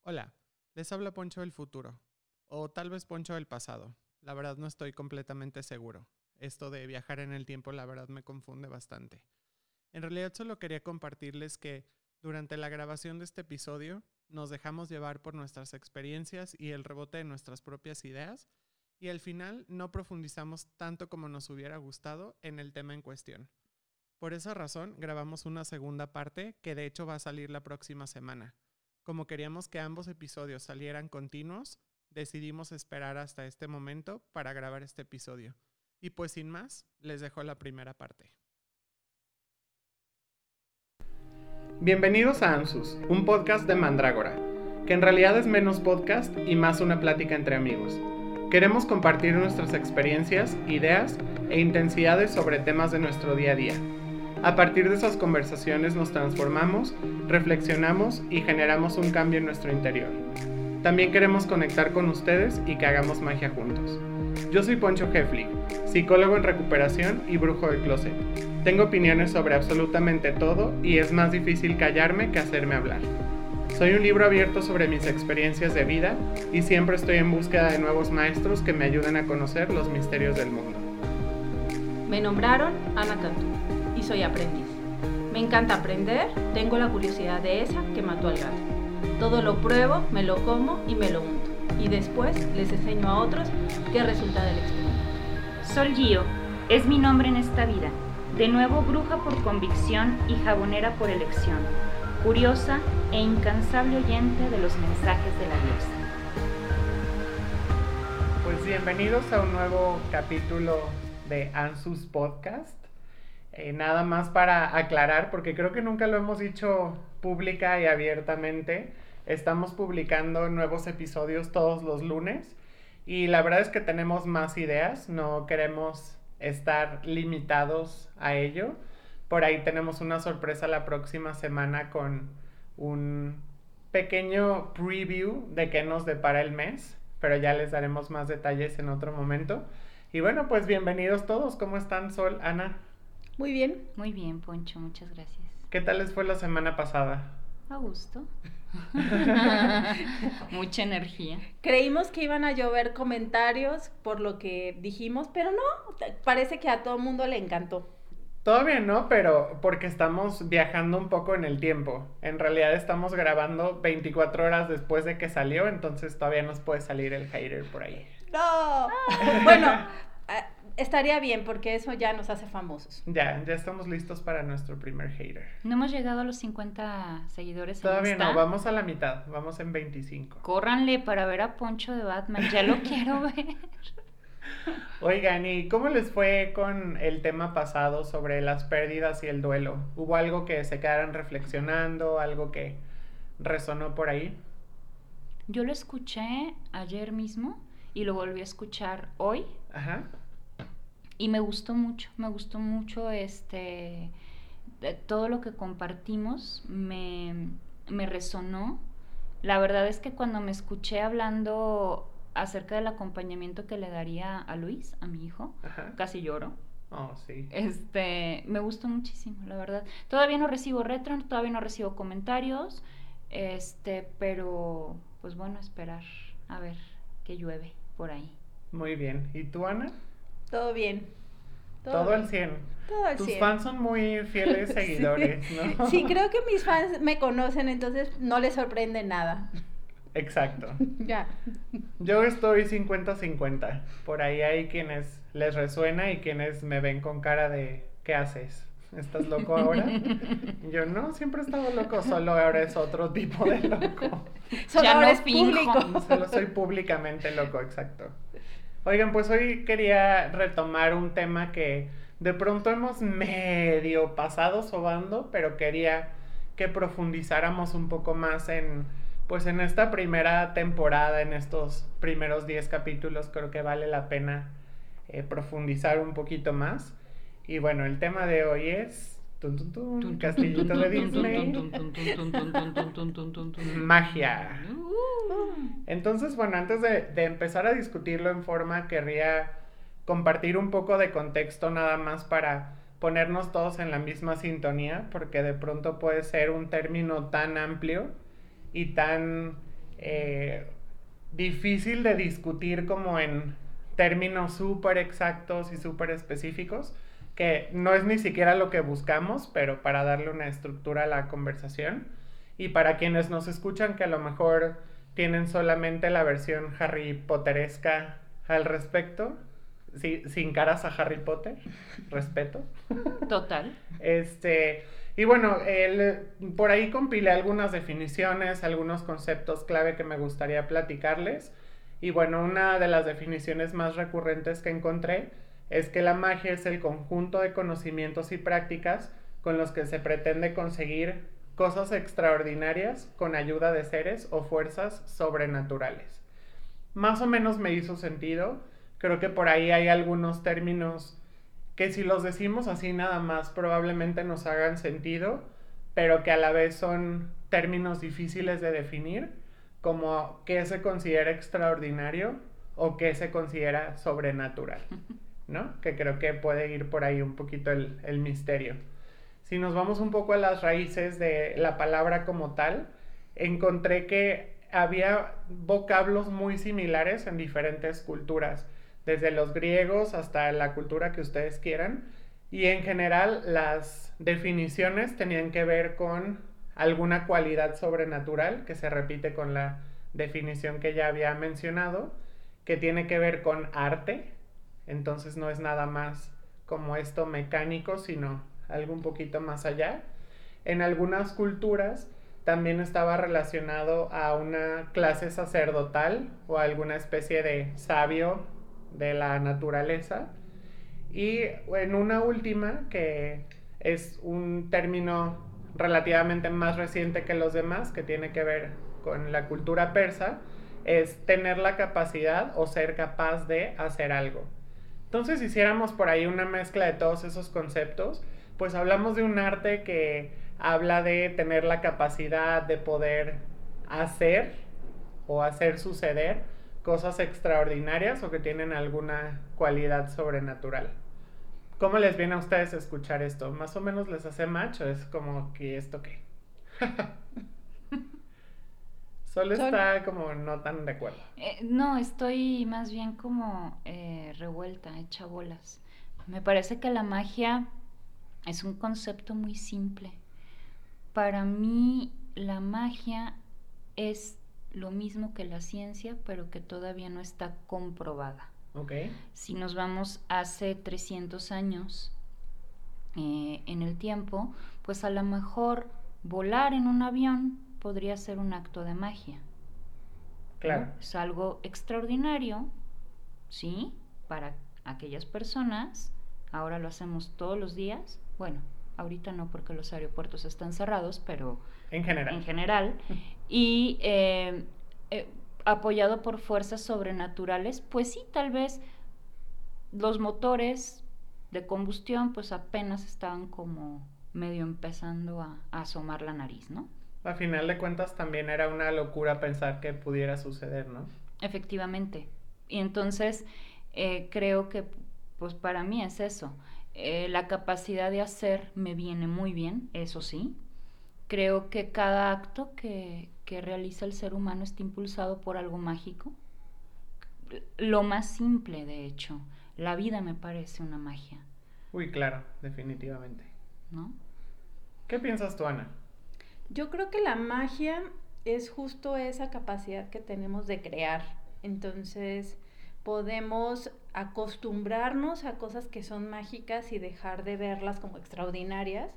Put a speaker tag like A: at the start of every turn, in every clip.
A: Hola, les habla Poncho del futuro, o tal vez Poncho del pasado. La verdad no estoy completamente seguro. Esto de viajar en el tiempo la verdad me confunde bastante. En realidad solo quería compartirles que durante la grabación de este episodio nos dejamos llevar por nuestras experiencias y el rebote de nuestras propias ideas y al final no profundizamos tanto como nos hubiera gustado en el tema en cuestión. Por esa razón grabamos una segunda parte que de hecho va a salir la próxima semana. Como queríamos que ambos episodios salieran continuos, decidimos esperar hasta este momento para grabar este episodio. Y pues sin más, les dejo la primera parte. Bienvenidos a Ansus, un podcast de Mandrágora, que en realidad es menos podcast y más una plática entre amigos. Queremos compartir nuestras experiencias, ideas e intensidades sobre temas de nuestro día a día. A partir de esas conversaciones nos transformamos, reflexionamos y generamos un cambio en nuestro interior. También queremos conectar con ustedes y que hagamos magia juntos. Yo soy Poncho Hefli, psicólogo en recuperación y brujo del closet. Tengo opiniones sobre absolutamente todo y es más difícil callarme que hacerme hablar. Soy un libro abierto sobre mis experiencias de vida y siempre estoy en búsqueda de nuevos maestros que me ayuden a conocer los misterios del mundo.
B: Me nombraron Ana Cantú y soy aprendiz. Me encanta aprender, tengo la curiosidad de esa que mató al gato. Todo lo pruebo, me lo como y me lo unto. Y después les enseño a otros qué resulta del experimento.
C: Sol Gio es mi nombre en esta vida. De nuevo bruja por convicción y jabonera por elección. Curiosa e incansable oyente de los mensajes de la diosa.
A: Pues bienvenidos a un nuevo capítulo de Ansus Podcast. Nada más para aclarar, porque creo que nunca lo hemos dicho pública y abiertamente, estamos publicando nuevos episodios todos los lunes y la verdad es que tenemos más ideas, no queremos estar limitados a ello. Por ahí tenemos una sorpresa la próxima semana con un pequeño preview de qué nos depara el mes, pero ya les daremos más detalles en otro momento. Y bueno, pues bienvenidos todos. ¿Cómo están, Sol, Ana?
B: Muy bien.
C: Muy bien, Poncho, muchas gracias.
A: ¿Qué tal les fue la semana pasada?
C: A gusto. Mucha energía.
B: Creímos que iban a llover comentarios por lo que dijimos, pero no, parece que a todo el mundo le encantó.
A: Todavía no, pero porque estamos viajando un poco en el tiempo. En realidad estamos grabando 24 horas después de que salió, entonces todavía nos puede salir el hater por ahí.
B: ¡No! Bueno, estaría bien porque eso ya nos hace famosos.
A: Ya estamos listos para nuestro primer hater.
C: No hemos llegado a los 50 seguidores
A: Todavía
C: en Insta.
A: no, vamos a la mitad, vamos en 25.
C: Córranle para ver a Poncho de Batman, ya lo quiero ver.
A: Oigan, ¿y cómo les fue con el tema pasado sobre las pérdidas y el duelo? ¿Hubo algo que se quedaran reflexionando, algo que resonó por ahí?
C: Yo lo escuché ayer mismo y lo volví a escuchar hoy.
A: Ajá.
C: Y me gustó mucho todo lo que compartimos, me resonó. La verdad es que cuando me escuché hablando acerca del acompañamiento que le daría a Luis, a mi hijo,
A: Ajá.
C: casi lloro.
A: Oh, sí.
C: Me gustó muchísimo, la verdad. Todavía no recibo retro, todavía no recibo comentarios, pero pues bueno, esperar a ver qué llueve por ahí.
A: Muy bien. ¿Y tú, Ana?
B: Todo bien.
A: Todo al 100.
B: Todo al
A: Tus
B: 100.
A: fans son muy fieles seguidores,
B: sí.
A: ¿no?
B: Sí, creo que mis fans me conocen, entonces no les sorprende nada.
A: Exacto.
B: Ya.
A: Yo estoy 50-50. Por ahí hay quienes les resuena y quienes me ven con cara de ¿qué haces? ¿Estás loco ahora? Y yo no, siempre he estado loco, solo ahora es otro tipo de loco.
B: Solo
C: Ya
B: ahora
C: no
B: es
C: finjo.
B: público.
A: Solo soy públicamente loco, exacto. Oigan, pues hoy quería retomar un tema que de pronto hemos medio pasado sobando, pero quería que profundizáramos un poco más en esta primera temporada, en estos primeros 10 capítulos. Creo que vale la pena profundizar un poquito más. Y bueno, el tema de hoy es Castillito de Disney, magia. Entonces, bueno, antes de empezar a discutirlo en forma, querría compartir un poco de contexto nada más para ponernos todos en la misma sintonía, porque de pronto puede ser un término tan amplio y tan difícil de discutir como en términos súper exactos y súper específicos, que no es ni siquiera lo que buscamos, pero para darle una estructura a la conversación. Y para quienes nos escuchan que a lo mejor tienen solamente la versión Harry Potteresca al respecto, sí, sin caras a Harry Potter, respeto.
C: Total.
A: Y bueno, por ahí compilé algunas definiciones, algunos conceptos clave que me gustaría platicarles. Y bueno, una de las definiciones más recurrentes que encontré es que la magia es el conjunto de conocimientos y prácticas con los que se pretende conseguir cosas extraordinarias con ayuda de seres o fuerzas sobrenaturales. Más o menos me hizo sentido. Creo que por ahí hay algunos términos que si los decimos así nada más probablemente nos hagan sentido, pero que a la vez son términos difíciles de definir, como qué se considera extraordinario o qué se considera sobrenatural, ¿no? Que creo que puede ir por ahí un poquito el misterio. Si nos vamos un poco a las raíces de la palabra como tal, encontré que había vocablos muy similares en diferentes culturas, desde los griegos hasta la cultura que ustedes quieran, y en general las definiciones tenían que ver con alguna cualidad sobrenatural, que se repite con la definición que ya había mencionado, que tiene que ver con arte, entonces no es nada más como esto mecánico, sino algo un poquito más allá. En algunas culturas también estaba relacionado a una clase sacerdotal o a alguna especie de sabio de la naturaleza. Y en una última, que es un término relativamente más reciente que los demás, que tiene que ver con la cultura persa, es tener la capacidad o ser capaz de hacer algo. Entonces, si hiciéramos por ahí una mezcla de todos esos conceptos, pues hablamos de un arte que habla de tener la capacidad de poder hacer o hacer suceder cosas extraordinarias o que tienen alguna cualidad sobrenatural. ¿Cómo les viene a ustedes escuchar esto? ¿Más o menos les hace match o es como que esto qué? Sol está como no tan de acuerdo.
C: No, estoy más bien como revuelta, hecha bolas. Me parece que la magia es un concepto muy simple. Para mí la magia es lo mismo que la ciencia, pero que todavía no está comprobada.
A: Okay.
C: Si nos vamos hace 300 años en el tiempo, pues a lo mejor volar en un avión podría ser un acto de magia.
A: Claro.
C: ¿No? Es algo extraordinario, ¿sí? Para aquellas personas. Ahora lo hacemos todos los días. Bueno, ahorita no porque los aeropuertos están cerrados, pero
A: en general.
C: Y apoyado por fuerzas sobrenaturales, pues sí, tal vez los motores de combustión pues apenas estaban como medio empezando a asomar la nariz, ¿no?
A: A final de cuentas también era una locura pensar que pudiera suceder, ¿no?
C: Efectivamente. Y entonces creo que pues para mí es eso. La capacidad de hacer me viene muy bien, eso sí. Creo que cada acto que realiza el ser humano está impulsado por algo mágico. Lo más simple, de hecho. La vida me parece una magia.
A: Uy, claro, definitivamente.
C: ¿No?
A: ¿Qué piensas tú, Ana?
B: Yo creo que la magia es justo esa capacidad que tenemos de crear. Entonces, podemos acostumbrarnos a cosas que son mágicas y dejar de verlas como extraordinarias,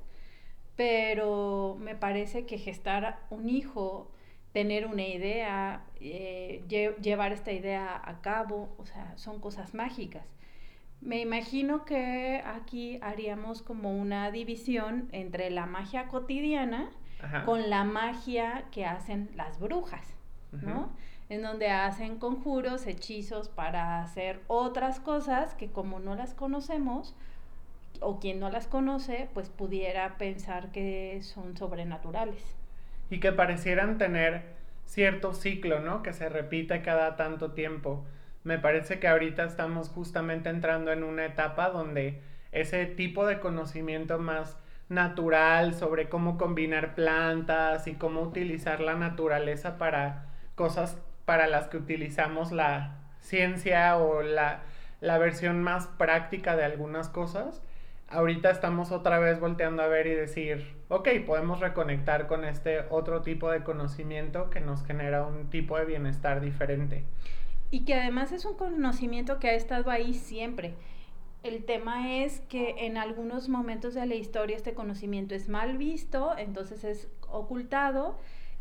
B: pero me parece que gestar un hijo, tener una idea, llevar esta idea a cabo, o sea, son cosas mágicas. Me imagino que aquí haríamos como una división entre la magia cotidiana con la magia que hacen las brujas, ¿no? En donde hacen conjuros, hechizos para hacer otras cosas que como no las conocemos, o quien no las conoce, pues pudiera pensar que son sobrenaturales.
A: Y que parecieran tener cierto ciclo, ¿no? Que se repite cada tanto tiempo. Me parece que ahorita estamos justamente entrando en una etapa donde ese tipo de conocimiento más natural sobre cómo combinar plantas y cómo utilizar la naturaleza para cosas para las que utilizamos la ciencia o la versión más práctica de algunas cosas, ahorita estamos otra vez volteando a ver y decir, ok, podemos reconectar con este otro tipo de conocimiento que nos genera un tipo de bienestar diferente.
B: Y que además es un conocimiento que ha estado ahí siempre. El tema es que en algunos momentos de la historia este conocimiento es mal visto, entonces es ocultado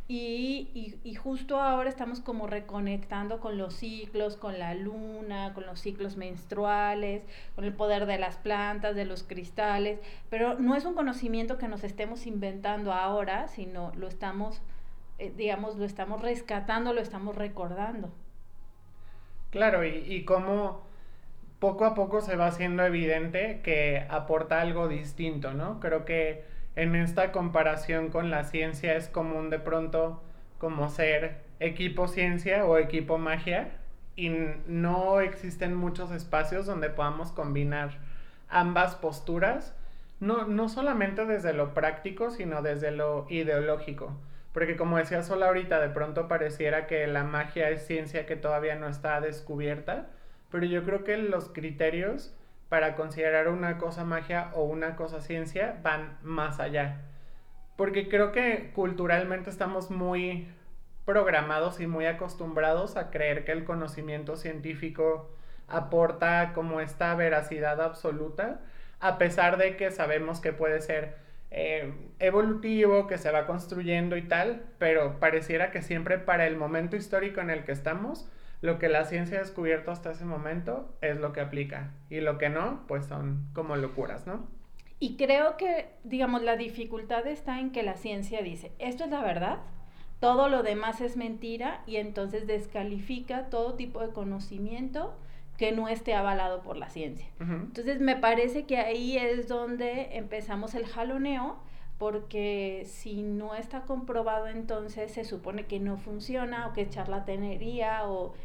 B: y justo ahora estamos como reconectando con los ciclos, con la luna, con los ciclos menstruales, con el poder de las plantas, de los cristales, pero no es un conocimiento que nos estemos inventando ahora, sino lo estamos, lo estamos rescatando, lo estamos recordando.
A: Claro, y cómo poco a poco se va haciendo evidente que aporta algo distinto, ¿no? Creo que en esta comparación con la ciencia es común de pronto como ser equipo ciencia o equipo magia y no existen muchos espacios donde podamos combinar ambas posturas, no solamente desde lo práctico, sino desde lo ideológico. Porque como decía Sol ahorita, de pronto pareciera que la magia es ciencia que todavía no está descubierta, pero yo creo que los criterios para considerar una cosa magia o una cosa ciencia van más allá. Porque creo que culturalmente estamos muy programados y muy acostumbrados a creer que el conocimiento científico aporta como esta veracidad absoluta, a pesar de que sabemos que puede ser evolutivo, que se va construyendo y tal, pero pareciera que siempre para el momento histórico en el que estamos, lo que la ciencia ha descubierto hasta ese momento es lo que aplica, y lo que no, pues son como locuras, ¿no?
B: Y creo que, digamos, la dificultad está en que la ciencia dice, esto es la verdad, todo lo demás es mentira, y entonces descalifica todo tipo de conocimiento que no esté avalado por la ciencia.
A: Uh-huh.
B: Entonces me parece que ahí es donde empezamos el jaloneo, porque si no está comprobado, entonces se supone que no funciona o que es charlatanería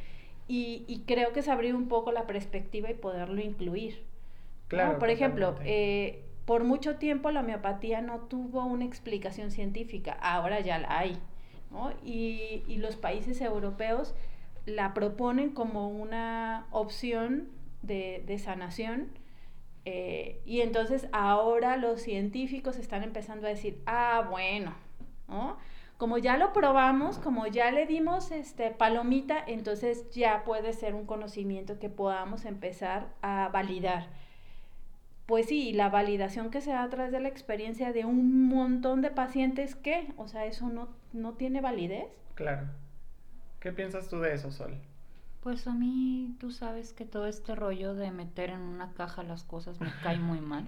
B: y creo que es abrir un poco la perspectiva y poderlo incluir.
A: Claro,
B: ¿no? Por ejemplo, por mucho tiempo la homeopatía no tuvo una explicación científica, ahora ya la hay, ¿no? Y los países europeos la proponen como una opción de sanación. Y entonces ahora los científicos están empezando a decir, bueno, ¿no? Como ya lo probamos, como ya le dimos palomita, entonces ya puede ser un conocimiento que podamos empezar a validar. Pues sí, la validación que se da a través de la experiencia de un montón de pacientes, ¿qué? O sea, ¿eso no tiene validez?
A: Claro. ¿Qué piensas tú de eso, Sol?
C: Pues a mí, tú sabes que todo este rollo de meter en una caja las cosas me cae muy mal.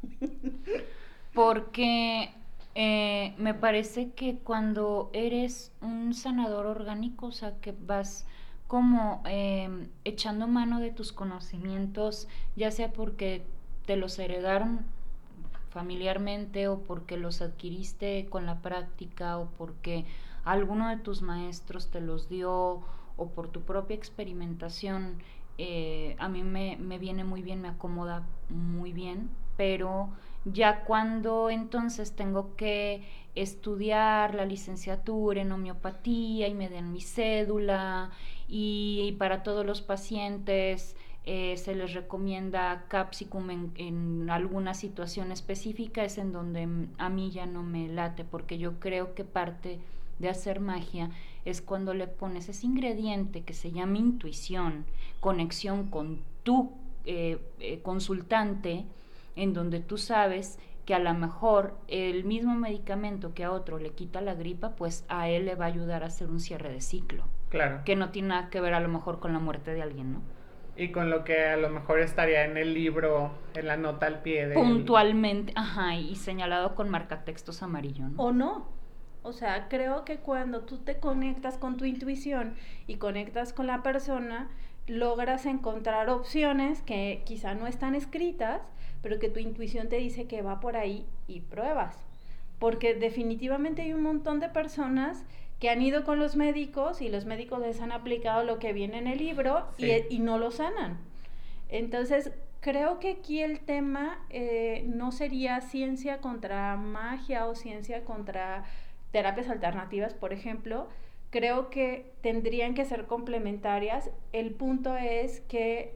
C: Porque me parece que cuando eres un sanador orgánico, o sea, que vas como echando mano de tus conocimientos, ya sea porque te los heredaron familiarmente o porque los adquiriste con la práctica o porque alguno de tus maestros te los dio o por tu propia experimentación, a mí me viene muy bien, me acomoda muy bien, pero ya cuando entonces tengo que estudiar la licenciatura en homeopatía y me den mi cédula y para todos los pacientes se les recomienda Capsicum en alguna situación específica, es en donde a mí ya no me late, porque yo creo que parte de hacer magia es cuando le pones ese ingrediente que se llama intuición, conexión con tu consultante, en donde tú sabes que a lo mejor el mismo medicamento que a otro le quita la gripa, pues a él le va a ayudar a hacer un cierre de ciclo.
A: Claro.
C: Que no tiene nada que ver a lo mejor con la muerte de alguien, ¿no?
A: Y con lo que a lo mejor estaría en el libro, en la nota al pie.
C: Puntualmente, y señalado con marcatextos amarillo, ¿no?
B: O no. O sea, creo que cuando tú te conectas con tu intuición y conectas con la persona, logras encontrar opciones que quizá no están escritas, pero que tu intuición te dice que va por ahí y pruebas. Porque definitivamente hay un montón de personas que han ido con los médicos y los médicos les han aplicado lo que viene en el libro, sí, y no lo sanan. Entonces, creo que aquí el tema no sería ciencia contra magia o ciencia contra terapias alternativas, por ejemplo, creo que tendrían que ser complementarias. El punto es que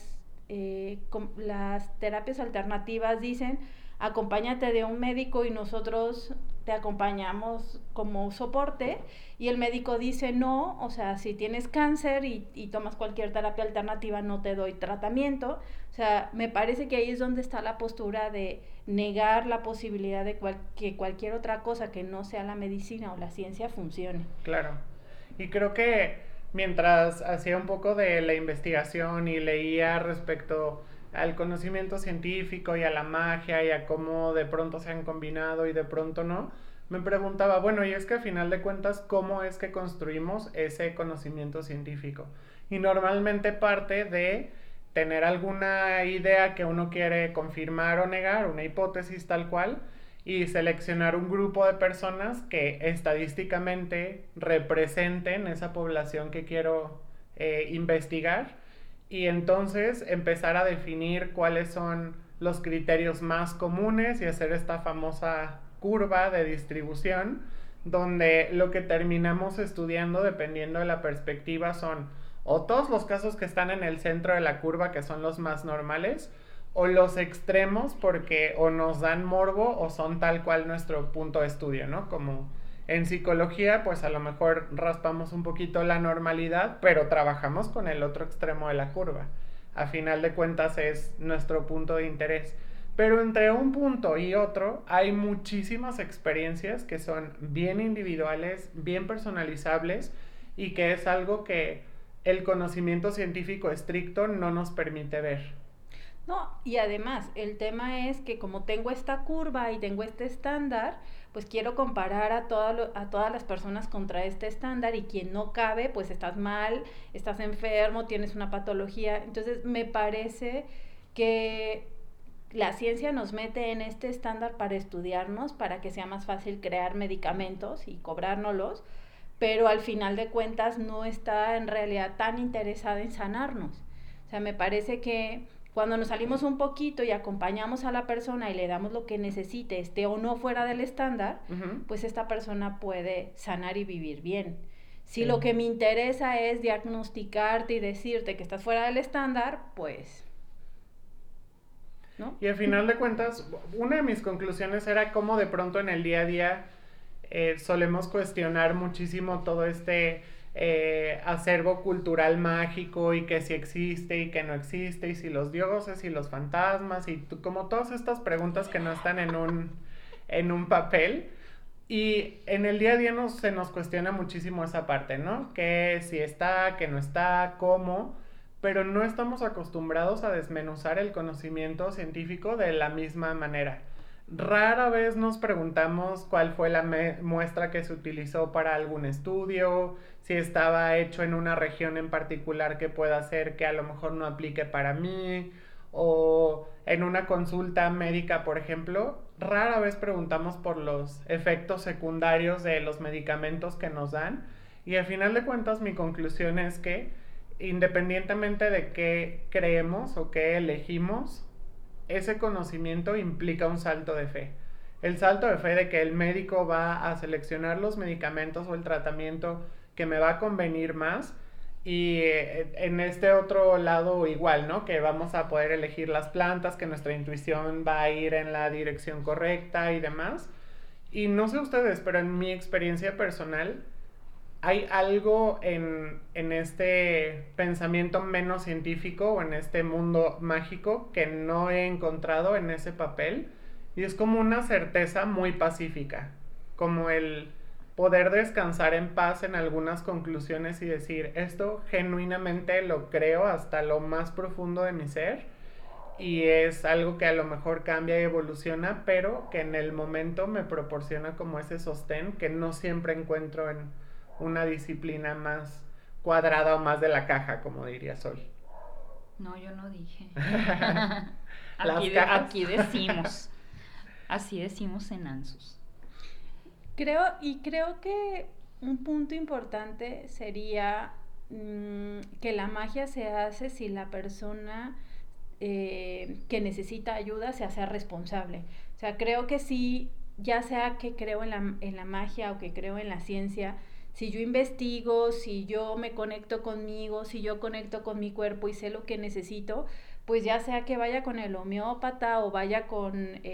B: las terapias alternativas dicen, acompáñate de un médico y nosotros te acompañamos como soporte, y el médico dice no, o sea, si tienes cáncer y tomas cualquier terapia alternativa no te doy tratamiento. O sea, me parece que ahí es donde está la postura de negar la posibilidad de que cualquier otra cosa que no sea la medicina o la ciencia funcione.
A: Claro. Y creo que mientras hacía un poco de la investigación y leía respecto al conocimiento científico y a la magia y a cómo de pronto se han combinado y de pronto no, me preguntaba, bueno, y es que a final de cuentas, ¿cómo es que construimos ese conocimiento científico? Y normalmente parte de tener alguna idea que uno quiere confirmar o negar, una hipótesis tal cual, y seleccionar un grupo de personas que estadísticamente representen esa población que quiero investigar, y entonces empezar a definir cuáles son los criterios más comunes y hacer esta famosa curva de distribución, donde lo que terminamos estudiando, dependiendo de la perspectiva, son o todos los casos que están en el centro de la curva, que son los más normales, o los extremos, porque o nos dan morbo o son tal cual nuestro punto de estudio, ¿no? Como en psicología, pues a lo mejor raspamos un poquito la normalidad, pero trabajamos con el otro extremo de la curva. A final de cuentas es nuestro punto de interés. Pero entre un punto y otro hay muchísimas experiencias que son bien individuales, bien personalizables, y que es algo que el conocimiento científico estricto no nos permite ver.
B: No, y además el tema es que como tengo esta curva y tengo este estándar, pues quiero comparar a todas las personas contra este estándar, y quien no cabe, pues estás mal, estás enfermo, tienes una patología. Entonces me parece que la ciencia nos mete en este estándar para estudiarnos, para que sea más fácil crear medicamentos y cobrárnoslos, pero al final de cuentas no está en realidad tan interesada en sanarnos. O sea, me parece que cuando nos salimos un poquito y acompañamos a la persona y le damos lo que necesite, esté o no fuera del estándar, pues esta persona puede sanar y vivir bien. Si lo que me interesa es diagnosticarte y decirte que estás fuera del estándar, pues, ¿no?
A: Y al final de cuentas, una de mis conclusiones era cómo de pronto en el día a día solemos cuestionar muchísimo todo este acervo cultural mágico, y que si existe y que no existe, y si los dioses y los fantasmas, y como todas estas preguntas que no están en un papel. Y en el día a día se nos cuestiona muchísimo esa parte, ¿no? Que si está, que no está, cómo, pero no estamos acostumbrados a desmenuzar el conocimiento científico de la misma manera. Rara vez nos preguntamos cuál fue la muestra que se utilizó para algún estudio, si estaba hecho en una región en particular que pueda hacer que a lo mejor no aplique para mí, o en una consulta médica, por ejemplo, rara vez preguntamos por los efectos secundarios de los medicamentos que nos dan. Y al final de cuentas mi conclusión es que independientemente de qué creemos o qué elegimos, ese conocimiento implica un salto de fe. El salto de fe de que el médico va a seleccionar los medicamentos o el tratamiento que me va a convenir más, y en este otro lado igual, ¿no? Que vamos a poder elegir las plantas, que nuestra intuición va a ir en la dirección correcta y demás. Y no sé ustedes, pero en mi experiencia personal hay algo en este pensamiento menos científico o en este mundo mágico que no he encontrado en ese papel, y es como una certeza muy pacífica, como el poder descansar en paz en algunas conclusiones y decir, esto genuinamente lo creo hasta lo más profundo de mi ser, y es algo que a lo mejor cambia y evoluciona, pero que en el momento me proporciona como ese sostén que no siempre encuentro en una disciplina más cuadrada o más de la caja, como diría Sol.
C: No, yo no dije.
A: Aquí
C: decimos. Así decimos en ANSUS.
B: Creo que un punto importante sería que la magia se hace si la persona que necesita ayuda se hace responsable. O sea, creo que sí, ya sea que creo en la magia o que creo en la ciencia, Si yo investigo, si yo me conecto conmigo, si yo conecto con mi cuerpo y sé lo que necesito, pues ya sea que vaya con el homeópata o vaya con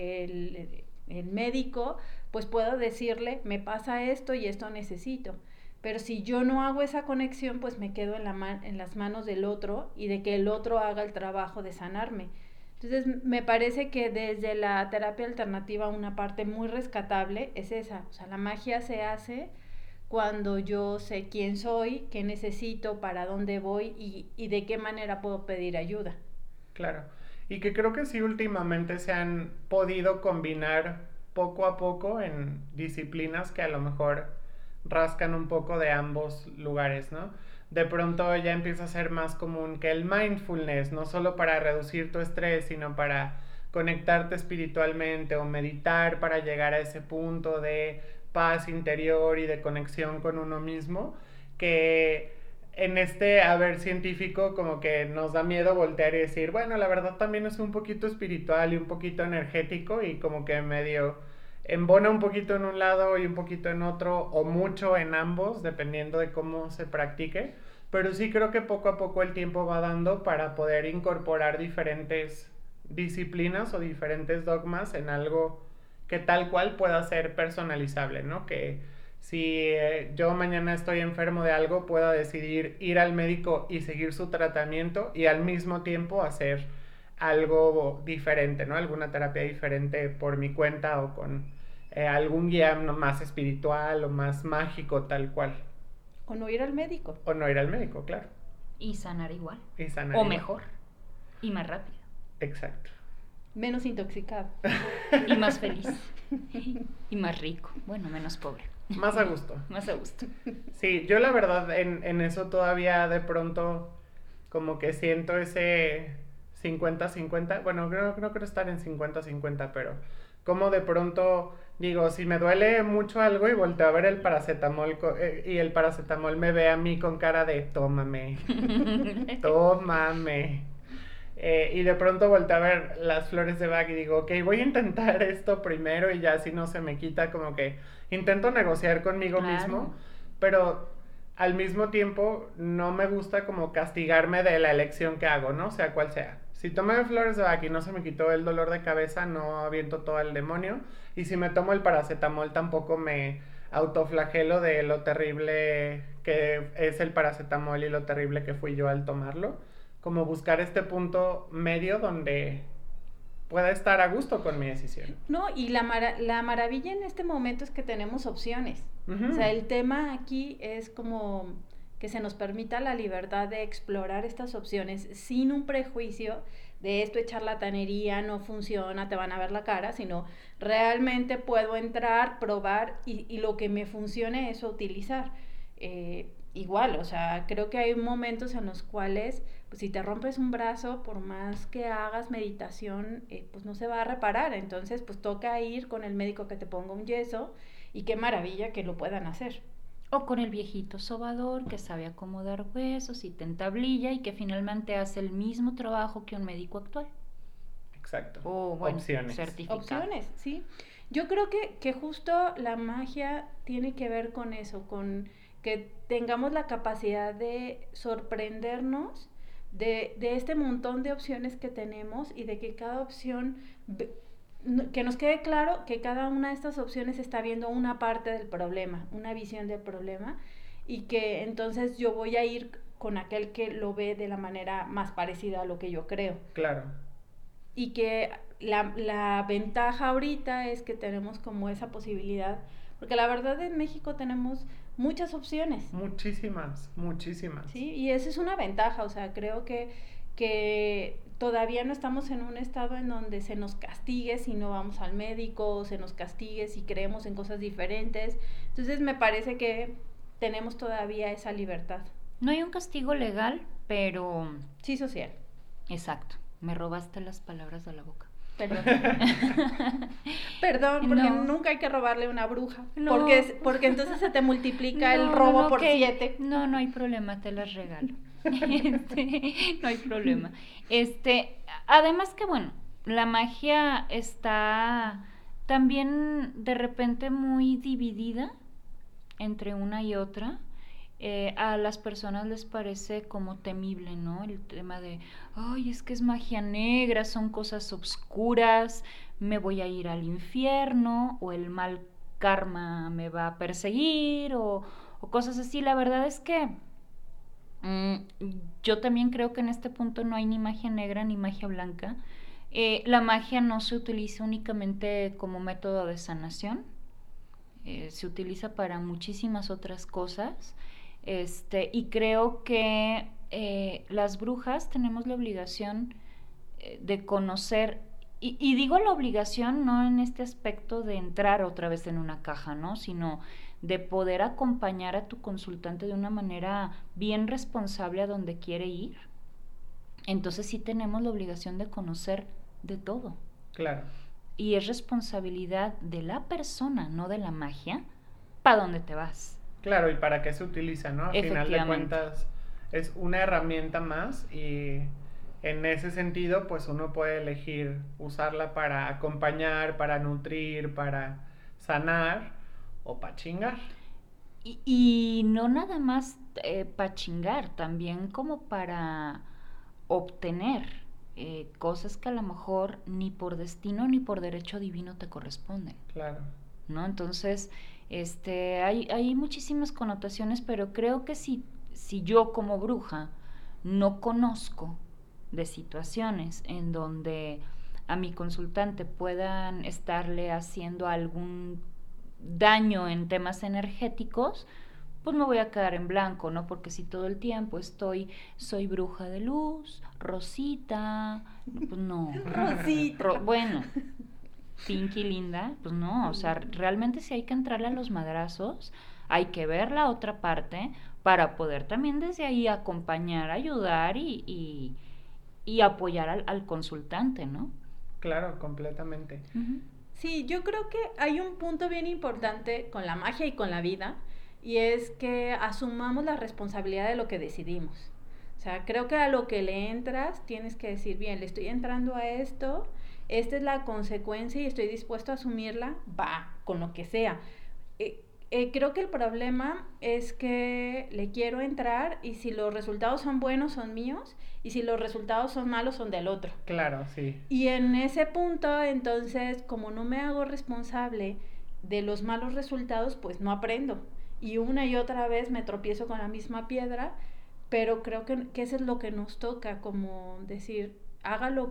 B: el médico, pues puedo decirle, me pasa esto y esto necesito. Pero si yo no hago esa conexión, pues me quedo en las manos del otro y de que el otro haga el trabajo de sanarme. Entonces, me parece que desde la terapia alternativa una parte muy rescatable es esa. O sea, la magia se hace cuando yo sé quién soy, qué necesito, para dónde voy y de qué manera puedo pedir ayuda.
A: Claro. Y que creo que sí últimamente se han podido combinar poco a poco en disciplinas que a lo mejor rascan un poco de ambos lugares, ¿no? De pronto ya empieza a ser más común que el mindfulness, no solo para reducir tu estrés, sino para conectarte espiritualmente o meditar para llegar a ese punto de paz interior y de conexión con uno mismo, que en este haber científico como que nos da miedo voltear y decir, bueno, la verdad también es un poquito espiritual y un poquito energético y como que medio embona un poquito en un lado y un poquito en otro o mucho en ambos, dependiendo de cómo se practique, pero sí creo que poco a poco el tiempo va dando para poder incorporar diferentes disciplinas o diferentes dogmas en algo que tal cual pueda ser personalizable, ¿no? Que si yo mañana estoy enfermo de algo, pueda decidir ir al médico y seguir su tratamiento y al mismo tiempo hacer algo diferente, ¿no? Alguna terapia diferente por mi cuenta o con algún guía más espiritual o más mágico, tal cual.
B: O no ir al médico.
A: O no ir al médico, claro.
C: Y sanar igual.
A: Y sanar
C: o
A: igual.
C: Mejor. Y más rápido.
A: Exacto.
B: Menos intoxicado.
C: Y más feliz. Y más rico. Bueno, menos pobre.
A: Más a gusto.
C: Más a gusto.
A: Sí, yo la verdad en eso todavía de pronto como que siento ese 50-50. Bueno, no creo estar en 50-50, pero como de pronto digo, si me duele mucho algo y volteo a ver el paracetamol y el paracetamol me ve a mí con cara de tómame, tómame. Y de pronto volteo a ver las flores de Bach y digo, ok, voy a intentar esto primero y ya si no se me quita, como que intento negociar conmigo mismo, pero al mismo tiempo no me gusta como castigarme de la elección que hago, ¿no? Sea cual sea. Si tomé flores de Bach y no se me quitó el dolor de cabeza, no aviento todo al demonio. Y si me tomo el paracetamol, tampoco me autoflagelo de lo terrible que es el paracetamol y lo terrible que fui yo al tomarlo. Como buscar este punto medio donde pueda estar a gusto con mi decisión.
B: No, y la maravilla en este momento es que tenemos opciones. O sea, el tema aquí es como que se nos permita la libertad de explorar estas opciones sin un prejuicio de esto es charlatanería, no funciona, te van a ver la cara, sino realmente puedo entrar, probar y lo que me funcione eso utilizar. Igual, o sea, creo que hay momentos en los cuales pues, si te rompes un brazo, por más que hagas meditación, pues no se va a reparar, entonces pues toca ir con el médico que te ponga un yeso y qué maravilla que lo puedan hacer.
C: O con el viejito sobador que sabe acomodar huesos y te entablilla y que finalmente hace el mismo trabajo que un médico actual.
A: Exacto.
C: O bueno,
A: opciones.
C: Certificado.
B: Opciones, sí. Yo creo que justo la magia tiene que ver con eso, con que tengamos la capacidad de sorprendernos de este montón de opciones que tenemos y de que cada opción, que nos quede claro que cada una de estas opciones está viendo una parte del problema, una visión del problema, y que entonces yo voy a ir con aquel que lo ve de la manera más parecida a lo que yo creo.
A: Claro.
B: Y que la ventaja ahorita es que tenemos como esa posibilidad, porque la verdad en México tenemos muchas opciones.
A: Muchísimas.
B: Sí, y esa es una ventaja, o sea, creo que todavía no estamos en un estado en donde se nos castigue si no vamos al médico, se nos castigue si creemos en cosas diferentes. Entonces me parece que tenemos todavía esa libertad.
C: No hay un castigo legal, pero...
B: sí social.
C: Exacto, me robaste las palabras de la boca.
B: Perdón. Perdón, porque
C: no.
B: Nunca hay que robarle a una bruja.
C: No.
B: Porque entonces se te multiplica el robo por 7.
C: No hay problema, te las regalo. No hay problema. Además que bueno, la magia está también de repente muy dividida entre una y otra. A las personas les parece como temible, ¿no? El tema de, ay, es que es magia negra, son cosas obscuras, me voy a ir al infierno, o el mal karma me va a perseguir, o cosas así. La verdad es que yo también creo que en este punto no hay ni magia negra ni magia blanca. La magia no se utiliza únicamente como método de sanación, se utiliza para muchísimas otras cosas. Y creo que las brujas tenemos la obligación de conocer, y digo la obligación no en este aspecto de entrar otra vez en una caja, ¿no? Sino de poder acompañar a tu consultante de una manera bien responsable a donde quiere ir. Entonces sí tenemos la obligación de conocer de todo.
A: Claro.
C: Y es responsabilidad de la persona, no de la magia, para dónde te vas.
A: Claro, y para qué se utiliza, ¿no? Al final de cuentas es una herramienta más y en ese sentido pues uno puede elegir usarla para acompañar, para nutrir, para sanar o para chingar.
C: Y no nada más para chingar, también como para obtener cosas que a lo mejor ni por destino ni por derecho divino te corresponden.
A: Claro.
C: ¿No? Entonces, hay muchísimas connotaciones, pero creo que si yo como bruja no conozco de situaciones en donde a mi consultante puedan estarle haciendo algún daño en temas energéticos, pues me voy a quedar en blanco, ¿no? Porque si todo el tiempo soy bruja de luz, Rosita, pues no.
B: Rosita.
C: Bueno, Pinky linda, pues no, o sea, realmente sí hay que entrarle a los madrazos, hay que ver la otra parte para poder también desde ahí acompañar, ayudar y apoyar al consultante, ¿no?
A: Claro, completamente.
C: Uh-huh.
B: Sí, yo creo que hay un punto bien importante con la magia y con la vida, y es que asumamos la responsabilidad de lo que decidimos. O sea, creo que a lo que le entras tienes que decir, bien, le estoy entrando a esto, esta es la consecuencia y estoy dispuesto a asumirla, va, con lo que sea. Creo que el problema es que le quiero entrar y si los resultados son buenos son míos y si los resultados son malos son del otro.
A: Claro, sí.
B: Y en ese punto, entonces, como no me hago responsable de los malos resultados, pues no aprendo. Y una y otra vez me tropiezo con la misma piedra, pero creo que eso es lo que nos toca, como decir, haga lo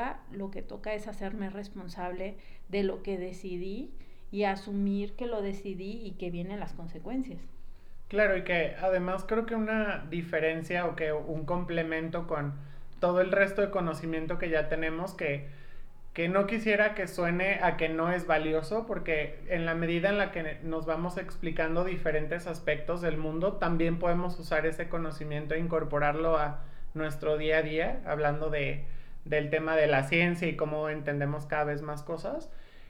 B: que toca es hacerme responsable de lo que decidí y asumir que lo decidí y que vienen las consecuencias.
A: Claro, y que además creo que una diferencia o que un complemento con todo el resto de conocimiento que ya tenemos, que no quisiera que suene a que no es valioso, porque en la medida en la que nos vamos explicando diferentes aspectos del mundo, también podemos usar ese conocimiento e incorporarlo a nuestro día a día, hablando del tema de la ciencia y cómo entendemos cada vez más cosas,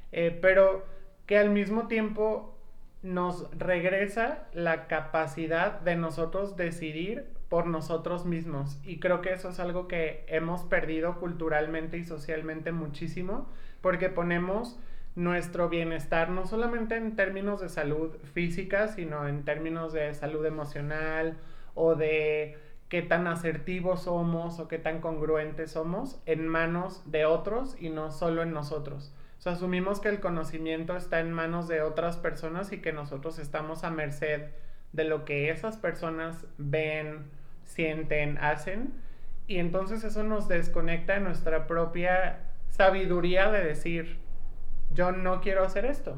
A: pero que al mismo tiempo nos regresa la capacidad de nosotros decidir por nosotros mismos, y creo que eso es algo que hemos perdido culturalmente y socialmente muchísimo, porque ponemos nuestro bienestar no solamente en términos de salud física, sino en términos de salud emocional o de qué tan asertivos somos o qué tan congruentes somos en manos de otros y no solo en nosotros. O sea, asumimos que el conocimiento está en manos de otras personas y que nosotros estamos a merced de lo que esas personas ven, sienten, hacen, y entonces eso nos desconecta de nuestra propia sabiduría de decir, yo no quiero hacer esto.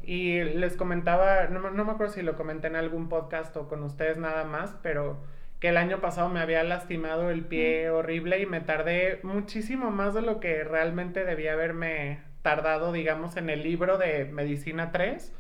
A: Y les comentaba, no me acuerdo si lo comenté en algún podcast o con ustedes nada más, pero que el año pasado me había lastimado el pie horrible y me tardé muchísimo más de lo que realmente debía haberme tardado, digamos, en el libro de Medicina 3.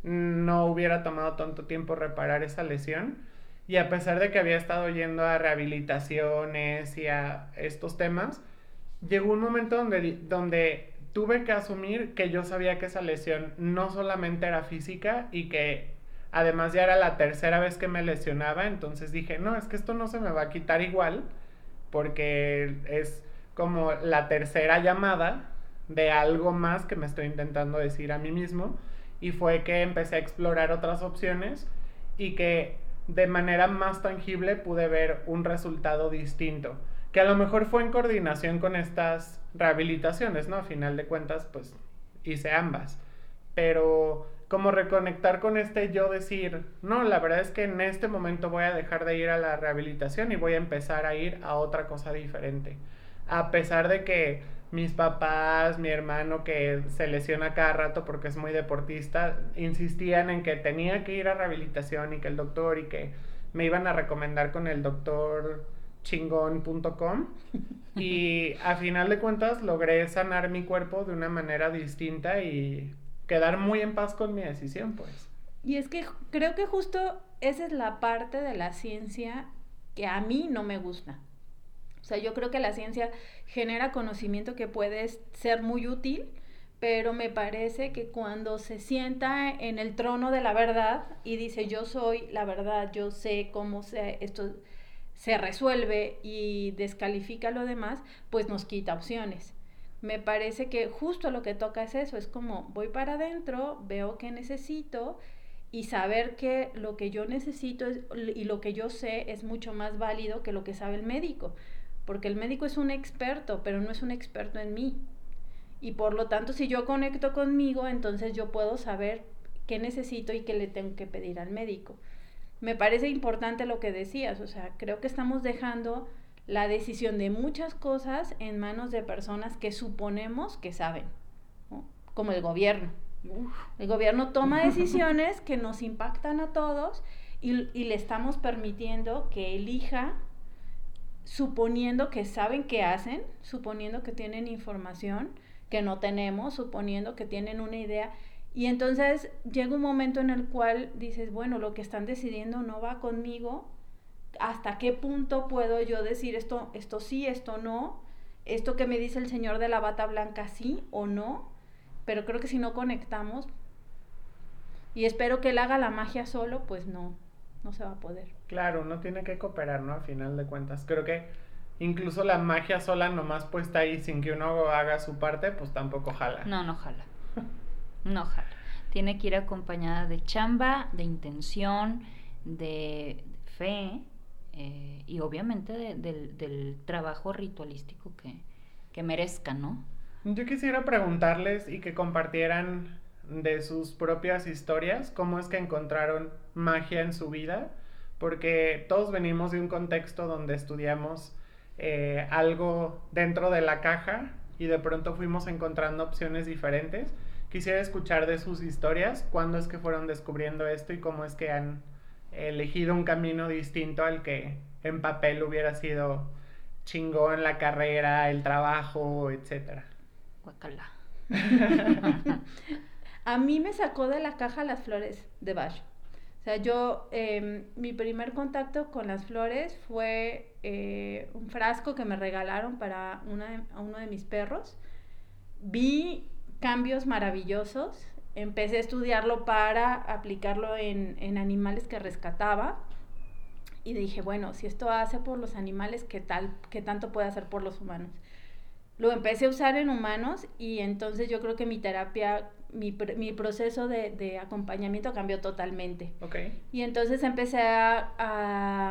A: No hubiera tomado tanto tiempo reparar esa lesión. Y a pesar de que había estado yendo a rehabilitaciones y a estos temas, llegó un momento donde tuve que asumir que yo sabía que esa lesión no solamente era física y que además ya era la tercera vez que me lesionaba. Entonces dije, no, es que esto no se me va a quitar igual, porque es como la tercera llamada de algo más que me estoy intentando decir a mí mismo. Y fue que empecé a explorar otras opciones y que de manera más tangible pude ver un resultado distinto, que a lo mejor fue en coordinación con estas rehabilitaciones, ¿no? A final de cuentas, pues hice ambas, pero como reconectar con este yo, decir, no, la verdad es que en este momento voy a dejar de ir a la rehabilitación y voy a empezar a ir a otra cosa diferente, a pesar de que mis papás, mi hermano que se lesiona cada rato porque es muy deportista, insistían en que tenía que ir a rehabilitación y que el doctor, y que me iban a recomendar con el doctor chingón.com, y a final de cuentas logré sanar mi cuerpo de una manera distinta y quedar muy en paz con mi decisión, pues.
B: Y es que creo que justo esa es la parte de la ciencia que a mí no me gusta. O sea, yo creo que la ciencia genera conocimiento que puede ser muy útil, pero me parece que cuando se sienta en el trono de la verdad y dice, yo soy la verdad, yo sé cómo esto se resuelve, y descalifica lo demás, pues nos quita opciones. Me parece que justo lo que toca es eso, es como voy para adentro, veo qué necesito, y saber que lo que yo necesito y lo que yo sé es mucho más válido que lo que sabe el médico, porque el médico es un experto, pero no es un experto en mí, y por lo tanto si yo conecto conmigo, entonces yo puedo saber qué necesito y qué le tengo que pedir al médico. Me parece importante lo que decías, o sea, creo que estamos dejando la decisión de muchas cosas en manos de personas que suponemos que saben, ¿no? Como el gobierno. El gobierno toma decisiones que nos impactan a todos y le estamos permitiendo que elija, suponiendo que saben qué hacen, suponiendo que tienen información que no tenemos, suponiendo que tienen una idea. Y entonces llega un momento en el cual dices, bueno, lo que están decidiendo no va conmigo. ¿Hasta qué punto puedo yo decir esto sí, esto no? Esto que me dice el señor de la bata blanca sí o no? Pero creo que si no conectamos, y espero que él haga la magia solo, pues no se va a poder.
A: Claro, uno tiene que cooperar, ¿no? A final de cuentas. Creo que incluso la magia sola nomás puesta ahí sin que uno haga su parte, pues tampoco jala.
C: No jala. No jala. Tiene que ir acompañada de chamba, de intención, de fe, y obviamente del trabajo ritualístico que merezca, ¿no?
A: Yo quisiera preguntarles y que compartieran de sus propias historias cómo es que encontraron magia en su vida, porque todos venimos de un contexto donde estudiamos algo dentro de la caja y de pronto fuimos encontrando opciones diferentes. Quisiera escuchar de sus historias, cuándo es que fueron descubriendo esto y cómo es que han elegido un camino distinto al que en papel hubiera sido chingón, la carrera, el trabajo, etcétera.
C: Guacala.
B: A mí me sacó de la caja las flores de Bach. O sea, yo, mi primer contacto con las flores fue un frasco que me regalaron para uno de mis perros. Vi cambios maravillosos, empecé a estudiarlo para aplicarlo en animales que rescataba, y dije, bueno, si esto hace por los animales, ¿qué tanto puede hacer por los humanos? Lo empecé a usar en humanos, y entonces yo creo que mi terapia, mi proceso de acompañamiento cambió totalmente.
A: Okay.
B: Y entonces empecé a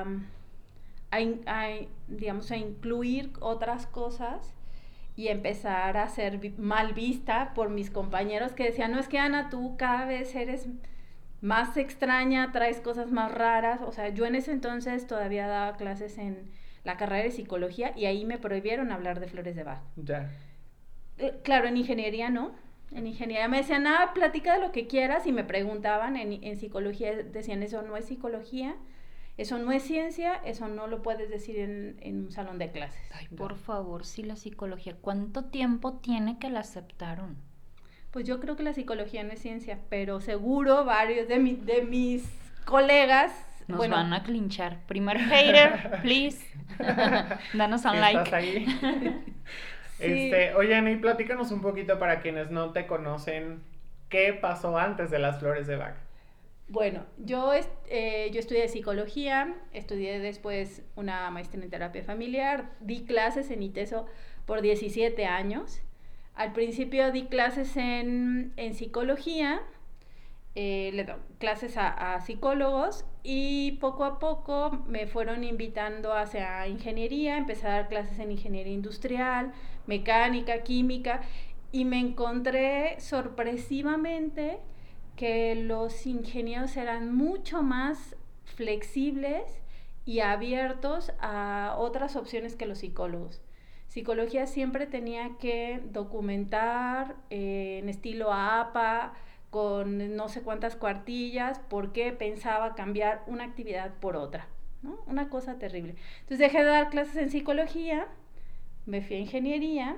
B: incluir otras cosas y empezar a ser mal vista por mis compañeros que decían, no, es que Ana, tú cada vez eres más extraña, traes cosas más raras. O sea, yo en ese entonces todavía daba clases en la carrera de psicología y ahí me prohibieron hablar de flores de Bach.
A: Ya.
B: Claro, en ingeniería no. En ingeniería me decían, platica de lo que quieras, y me preguntaban, en psicología decían, eso no es psicología, eso no es ciencia, eso no lo puedes decir en un salón de clases.
C: Ay, por favor, sí, la psicología, ¿cuánto tiempo tiene que la aceptaron?
B: Pues yo creo que la psicología no es ciencia, pero seguro varios de mis colegas
C: nos van a clinchar. Primer hater, please. Danos un like.
A: ¿Estás ahí? Sí. Oye, Ana, y platícanos un poquito para quienes no te conocen, ¿qué pasó antes de las flores de Bach?
B: Bueno, yo estudié psicología, estudié después una maestría en terapia familiar, di clases en ITESO por 17 años. Al principio di clases en psicología, le doy clases a psicólogos y poco a poco me fueron invitando hacia ingeniería, empecé a dar clases en ingeniería industrial, mecánica, química, y me encontré sorpresivamente que los ingenieros eran mucho más flexibles y abiertos a otras opciones que los psicólogos. Psicología siempre tenía que documentar en estilo APA, con no sé cuántas cuartillas, porque pensaba cambiar una actividad por otra, ¿no? Una cosa terrible. Entonces dejé de dar clases en psicología, me fui a ingeniería,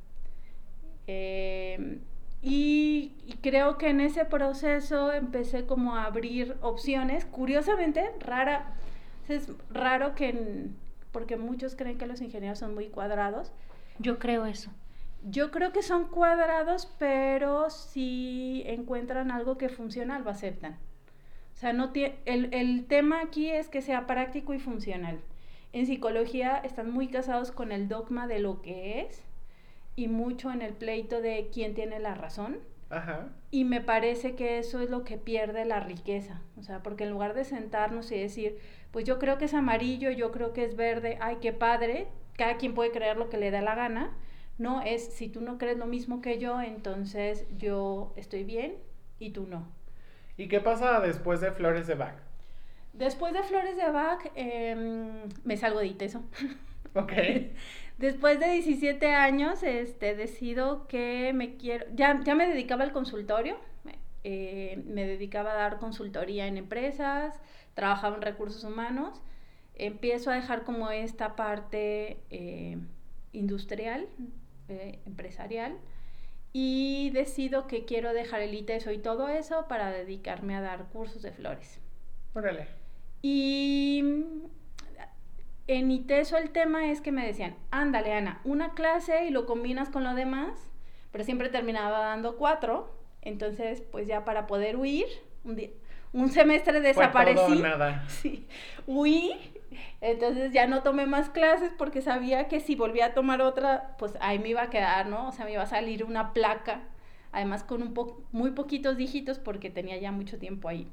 B: y creo que en ese proceso empecé como a abrir opciones. Curiosamente, es raro porque muchos creen que los ingenieros son muy cuadrados.
C: Yo creo eso.
B: Yo creo que son cuadrados, pero si encuentran algo que funciona, lo aceptan. O sea, el tema aquí es que sea práctico y funcional. En psicología están muy casados con el dogma de lo que es y mucho en el pleito de quién tiene la razón.
A: Ajá.
B: Y me parece que eso es lo que pierde la riqueza. O sea, porque en lugar de sentarnos y decir, pues yo creo que es amarillo, yo creo que es verde, ay, qué padre, cada quien puede creer lo que le da la gana. No es, si tú no crees lo mismo que yo, entonces yo estoy bien y tú no.
A: ¿Y qué pasa después de Flores de Bach?
B: Después de Flores de Bach, me salgo de ITESO.
A: Ok.
B: Después de 17 años, decido que me quiero... Ya me dedicaba al consultorio, me dedicaba a dar consultoría en empresas, trabajaba en recursos humanos. Empiezo a dejar como esta parte industrial, empresarial, y decido que quiero dejar el ITESO y todo eso para dedicarme a dar cursos de flores.
A: Órale.
B: Y en ITESO el tema es que me decían, ándale Ana, una clase y lo combinas con lo demás, pero siempre terminaba dando 4, entonces pues ya para poder huir, un semestre desaparecí.
A: Fue todo o nada.
B: Sí, huí, entonces ya no tomé más clases porque sabía que si volvía a tomar otra, pues ahí me iba a quedar, ¿no? O sea, me iba a salir una placa, además con muy poquitos dígitos porque tenía ya mucho tiempo ahí.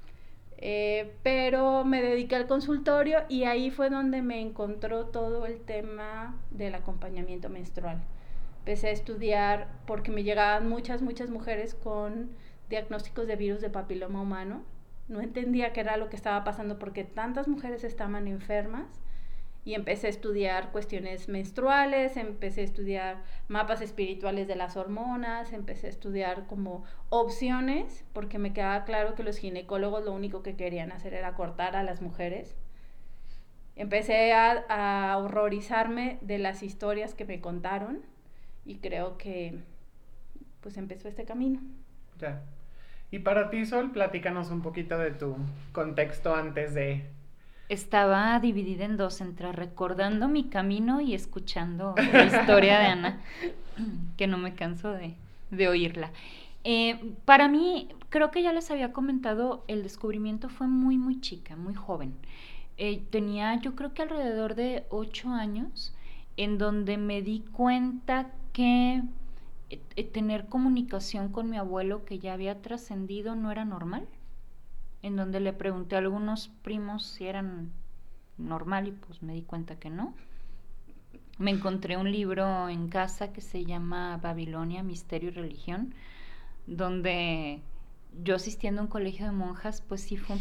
B: Pero me dediqué al consultorio y ahí fue donde me encontró todo el tema del acompañamiento menstrual. Empecé a estudiar porque me llegaban muchas mujeres con diagnósticos de virus de papiloma humano. No entendía qué era lo que estaba pasando porque tantas mujeres estaban enfermas, y empecé a estudiar cuestiones menstruales, empecé a estudiar mapas espirituales de las hormonas, empecé a estudiar como opciones, porque me quedaba claro que los ginecólogos lo único que querían hacer era cortar a las mujeres. Empecé a horrorizarme de las historias que me contaron y creo que pues empezó este camino.
A: Ya. Y para ti, Sol, platícanos un poquito de tu contexto antes de...
C: Estaba dividida en dos, entre recordando mi camino y escuchando la historia de Ana, que no me canso de oírla. Para mí, creo que ya les había comentado, el descubrimiento fue muy chica, muy joven. Tenía yo creo que alrededor de 8 años, en donde me di cuenta que tener comunicación con mi abuelo, que ya había trascendido, no era normal. En donde le pregunté a algunos primos si eran normal y pues me di cuenta que no. Me encontré un libro en casa que se llama Babilonia, Misterio y Religión, donde yo asistiendo a un colegio de monjas, pues sí fue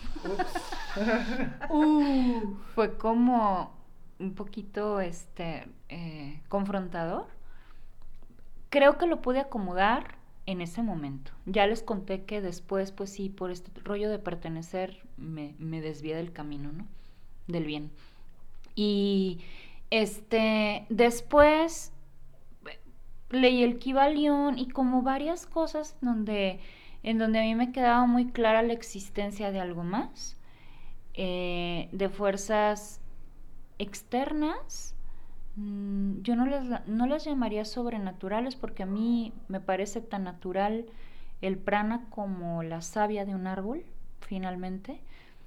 C: fue como un poquito confrontador. Creo que lo pude acomodar en ese momento. Ya les conté que después, pues sí, por este rollo de pertenecer, me desvié del camino, ¿no? Del bien. Y después leí el Kybalión y como varias cosas en donde a mí me quedaba muy clara la existencia de algo más, de fuerzas externas. Yo no las llamaría sobrenaturales porque a mí me parece tan natural el prana como la savia de un árbol, finalmente.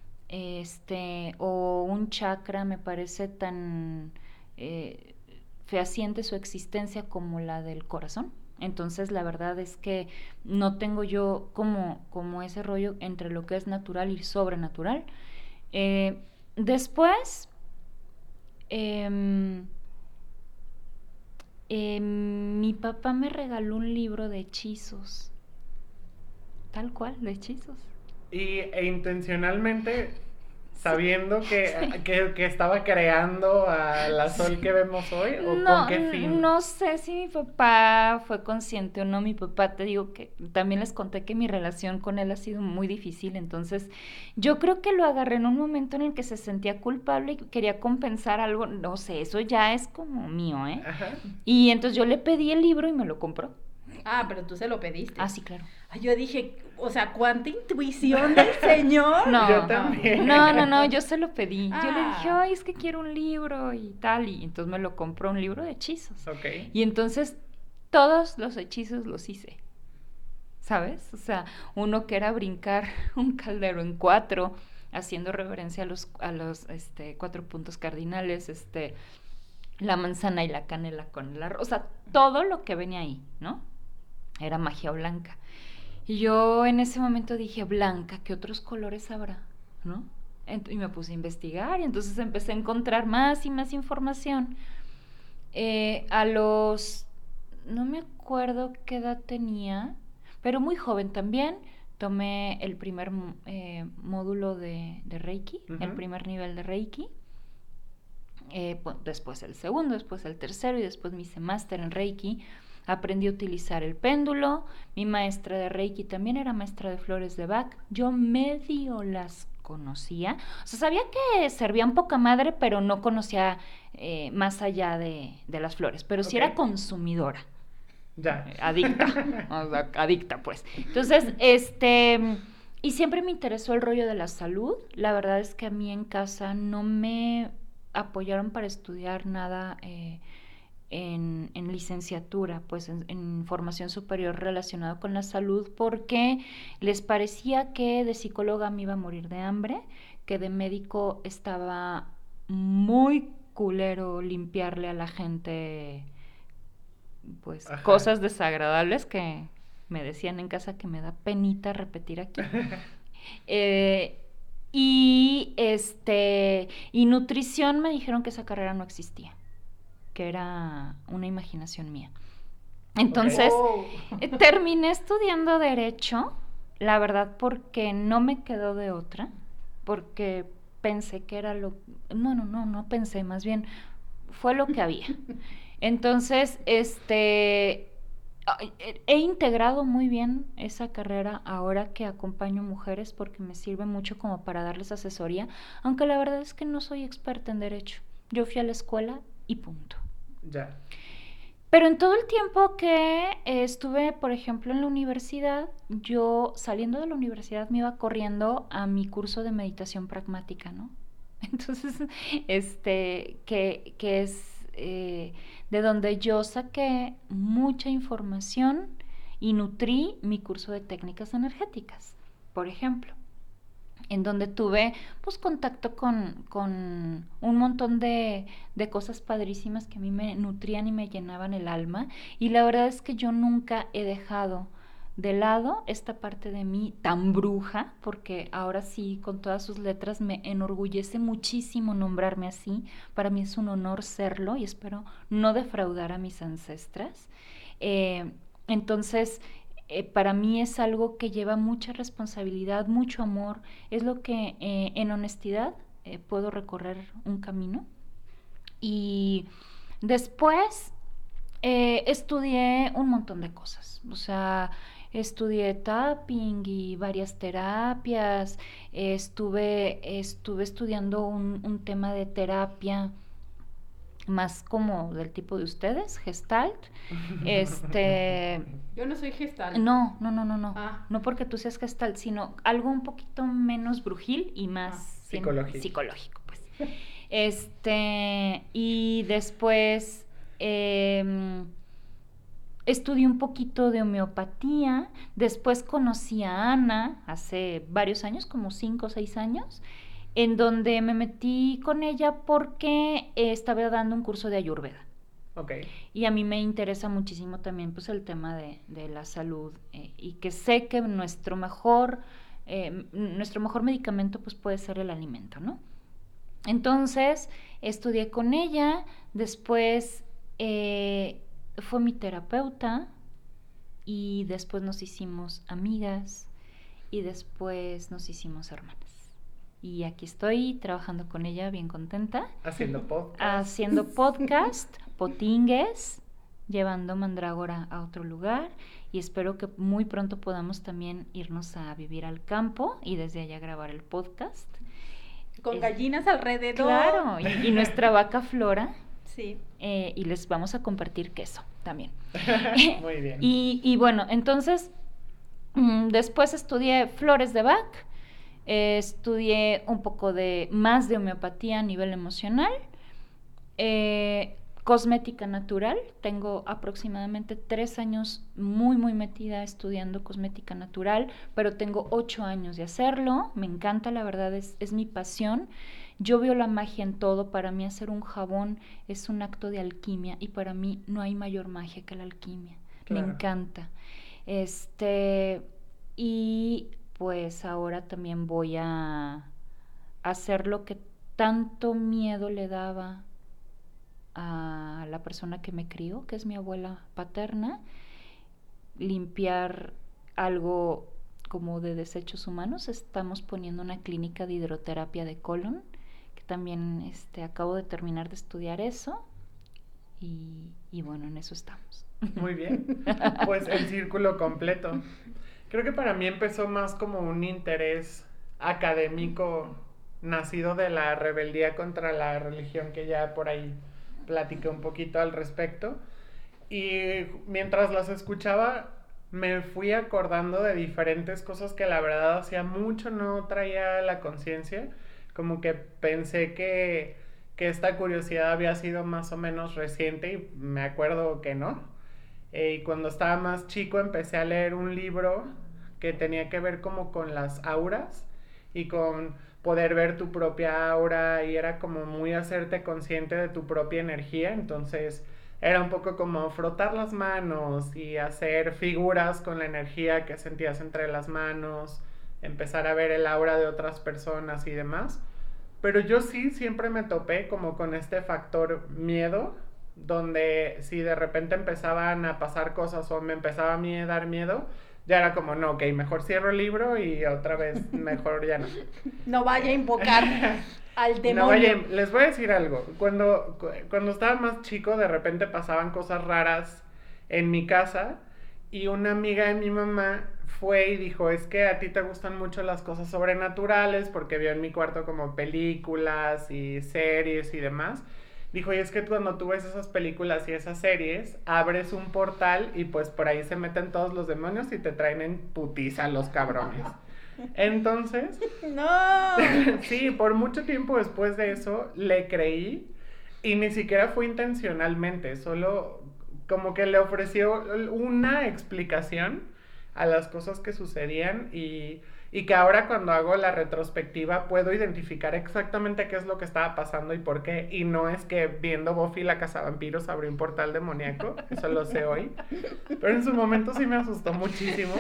C: O un chakra me parece tan fehaciente su existencia como la del corazón, Entonces, la verdad es que no tengo yo como ese rollo entre lo que es natural y sobrenatural. Después, mi papá me regaló un libro de hechizos, tal cual, de hechizos.
A: E intencionalmente, sabiendo que estaba creando a la Sol que vemos hoy, ¿o con qué fin?
C: No sé si mi papá fue consciente o no. Mi papá, te digo que también les conté que mi relación con él ha sido muy difícil, entonces yo creo que lo agarré en un momento en el que se sentía culpable y quería compensar algo, no sé, eso ya es como mío, ¿eh?
A: Ajá.
C: Y entonces yo le pedí el libro y me lo compró.
B: Ah, pero tú se lo pediste.
C: Ah, sí, claro.
B: Yo dije, o sea, ¿cuánta intuición del señor?
C: No,
A: Yo también.
C: No, yo se lo pedí. Yo le dije,
B: Ah.
C: ay, es que quiero un libro y tal, y entonces me lo compró, un libro de hechizos.
A: Ok.
C: Y entonces todos los hechizos los hice, ¿sabes? O sea, uno que era brincar un caldero en 4, haciendo reverencia a los 4 puntos cardinales, la manzana y la canela con el arroz, o sea, todo lo que venía ahí, ¿no? Era magia blanca. Y yo en ese momento dije, blanca, ¿qué otros colores habrá? ¿No? Y me puse a investigar y entonces empecé a encontrar más y más información. No me acuerdo qué edad tenía, pero muy joven también, tomé el primer módulo de Reiki,
A: Uh-huh.
C: el primer nivel de Reiki. Después el segundo, después el tercero y después me hice máster en Reiki. Aprendí a utilizar el péndulo. Mi maestra de Reiki también era maestra de flores de Bach. Yo medio las conocía. O sea, sabía que servían poca madre, pero no conocía más allá de las flores. Pero sí era consumidora.
A: Ya.
C: Adicta. O sea, adicta, pues. Entonces, y siempre me interesó el rollo de la salud. La verdad es que a mí en casa no me apoyaron para estudiar nada en licenciatura, pues en formación superior relacionado con la salud, porque les parecía que de psicóloga me iba a morir de hambre, que de médico estaba muy culero limpiarle a la gente pues
A: Ajá.
C: cosas desagradables que me decían en casa que me da penita repetir aquí. Y nutrición me dijeron que esa carrera no existía, que era una imaginación mía. Entonces, terminé estudiando Derecho, la verdad, porque no me quedó de otra, porque pensé que era no pensé, más bien fue lo que había. Entonces, he integrado muy bien esa carrera ahora que acompaño mujeres, porque me sirve mucho como para darles asesoría, aunque la verdad es que no soy experta en Derecho. Yo fui a la escuela y punto.
A: Ya.
C: Pero en todo el tiempo que estuve, por ejemplo, en la universidad, yo saliendo de la universidad me iba corriendo a mi curso de meditación pragmática, ¿no? Entonces, que es de donde yo saqué mucha información y nutrí mi curso de técnicas energéticas, por ejemplo, en donde tuve pues contacto con un montón de cosas padrísimas que a mí me nutrían y me llenaban el alma, y la verdad es que yo nunca he dejado de lado esta parte de mí tan bruja, porque ahora sí, con todas sus letras, me enorgullece muchísimo nombrarme así. Para mí es un honor serlo y espero no defraudar a mis ancestras. Entonces, para mí es algo que lleva mucha responsabilidad, mucho amor. Es lo que en honestidad puedo recorrer un camino. Y después estudié un montón de cosas. O sea, estudié tapping y varias terapias. Estuve estudiando un tema de terapia más como del tipo de ustedes, Gestalt.
B: Yo no soy Gestalt.
C: No.
B: Ah.
C: No porque tú seas Gestalt, sino algo un poquito menos brujil y más psicológico, pues. Y después estudié un poquito de homeopatía. Después conocí a Ana hace varios años, como 5 o 6 años, en donde me metí con ella porque estaba dando un curso de Ayurveda.
A: Okay.
C: Y a mí me interesa muchísimo también pues el tema de la salud y que sé que nuestro mejor medicamento pues puede ser el alimento, ¿no? Entonces estudié con ella, después fue mi terapeuta y después nos hicimos amigas y después nos hicimos hermanas. Y aquí estoy trabajando con ella bien contenta. Haciendo podcast, potingues, llevando Mandrágora a otro lugar y espero que muy pronto podamos también irnos a vivir al campo y desde allá grabar el podcast.
B: Con gallinas alrededor.
C: Claro, y nuestra vaca Flora.
B: Sí.
C: Y les vamos a compartir queso también.
A: Muy bien.
C: Y bueno, entonces, después estudié flores de Bach, estudié un poco más de homeopatía a nivel emocional, cosmética natural. Tengo aproximadamente 3 años muy metida estudiando cosmética natural, pero tengo 8 años de hacerlo. Me encanta, la verdad, es mi pasión. Yo veo la magia en todo. Para mí hacer un jabón es un acto de alquimia y para mí no hay mayor magia que la alquimia. Claro. Me encanta. Y pues ahora también voy a hacer lo que tanto miedo le daba a la persona que me crió, que es mi abuela paterna, limpiar algo como de desechos humanos. Estamos poniendo una clínica de hidroterapia de colon, que también acabo de terminar de estudiar eso y bueno, en eso estamos.
A: Muy bien, pues el círculo completo. Creo que para mí empezó más como un interés académico nacido de la rebeldía contra la religión, que ya por ahí platiqué un poquito al respecto, y mientras las escuchaba me fui acordando de diferentes cosas que la verdad hacía mucho no traía a la conciencia, como que pensé que esta curiosidad había sido más o menos reciente y me acuerdo que no. Y cuando estaba más chico empecé a leer un libro que tenía que ver como con las auras y con poder ver tu propia aura, y era como muy hacerte consciente de tu propia energía. Entonces era un poco como frotar las manos y hacer figuras con la energía que sentías entre las manos, empezar a ver el aura de otras personas y demás. Pero yo sí siempre me topé como con este factor miedo, donde si de repente empezaban a pasar cosas o me empezaba a mí a dar miedo, ya era como, no, ok, mejor cierro el libro y otra vez mejor ya no.
B: No vaya a invocar al demonio.
A: No vaya, les voy a decir algo. Cuando estaba más chico, de repente pasaban cosas raras en mi casa y una amiga de mi mamá fue y dijo, es que a ti te gustan mucho las cosas sobrenaturales, porque vio en mi cuarto como películas y series y demás. Dijo, y es que cuando tú ves esas películas y esas series, abres un portal y pues por ahí se meten todos los demonios y te traen en putiza los cabrones. Entonces,
B: ¡no!
A: Sí, por mucho tiempo después de eso le creí y ni siquiera fue intencionalmente, solo como que le ofreció una explicación a las cosas que sucedían y que ahora cuando hago la retrospectiva puedo identificar exactamente qué es lo que estaba pasando y por qué, y no es que viendo Buffy la cazavampiros abrió un portal demoníaco, eso lo sé hoy, pero en su momento sí me asustó muchísimo.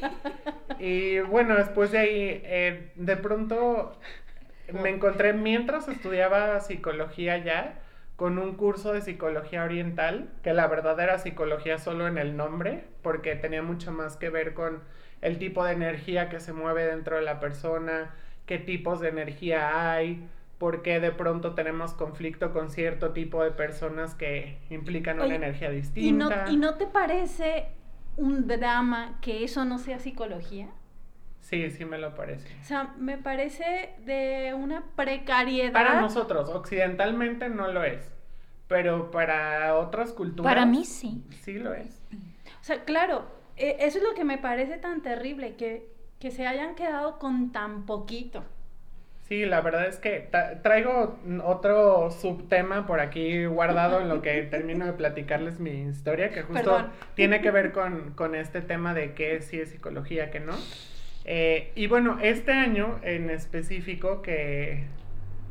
A: Y bueno, después de ahí de pronto me encontré, mientras estudiaba psicología ya, con un curso de psicología oriental, que la verdad era psicología solo en el nombre, porque tenía mucho más que ver con el tipo de energía que se mueve dentro de la persona, qué tipos de energía hay, por qué de pronto tenemos conflicto con cierto tipo de personas que implican una energía distinta.
B: ¿Y no te parece un drama que eso no sea psicología?
A: Sí, sí me lo parece.
B: O sea, me parece de una precariedad.
A: Para nosotros, occidentalmente no lo es, pero para otras culturas...
C: Para mí sí.
A: Sí lo es.
B: O sea, claro, eso es lo que me parece tan terrible, que se hayan quedado con tan poquito.
A: Sí, la verdad es que traigo otro subtema por aquí guardado en lo que termino de platicarles mi historia, que justo tiene que ver con este tema de qué sí es psicología, qué no. Y bueno, este año en específico que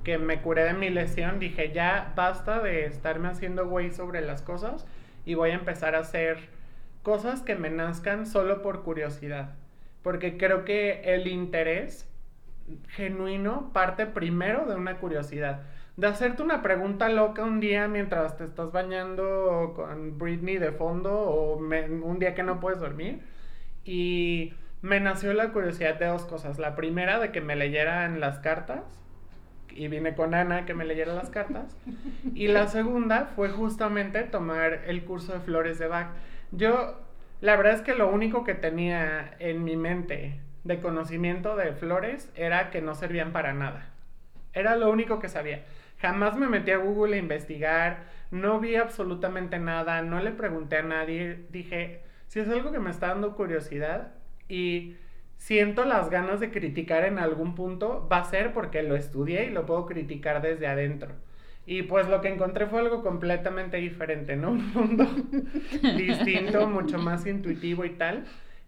A: que me curé de mi lesión, dije, ya basta de estarme haciendo güey sobre las cosas y voy a empezar a hacer cosas que me nazcan solo por curiosidad. Porque creo que el interés genuino parte primero de una curiosidad. De hacerte una pregunta loca un día mientras te estás bañando con Britney de fondo o un día que no puedes dormir. Y me nació la curiosidad de dos cosas. La primera, de que me leyeran las cartas. Y vine con Ana que me leyera las cartas. Y la segunda fue justamente tomar el curso de flores de Bach. Yo, la verdad es que lo único que tenía en mi mente de conocimiento de flores era que no servían para nada. Era lo único que sabía. Jamás me metí a Google a investigar, no vi absolutamente nada, no le pregunté a nadie. Dije, si es algo que me está dando curiosidad y siento las ganas de criticar en algún punto, va a ser porque lo estudié y lo puedo criticar desde adentro. Y pues lo que encontré fue algo completamente diferente, ¿no? Un mundo distinto, mucho más intuitivo y tal.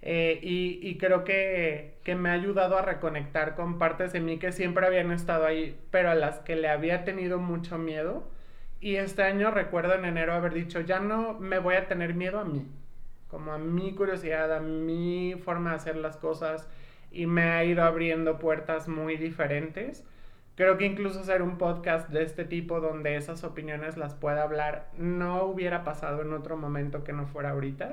A: Y creo que me ha ayudado a reconectar con partes de mí que siempre habían estado ahí, pero a las que le había tenido mucho miedo. Y este año recuerdo en enero haber dicho, ya no me voy a tener miedo a mí, como a mi curiosidad, a mi forma de hacer las cosas, y me ha ido abriendo puertas muy diferentes. Creo que incluso hacer un podcast de este tipo donde esas opiniones las pueda hablar no hubiera pasado en otro momento que no fuera ahorita.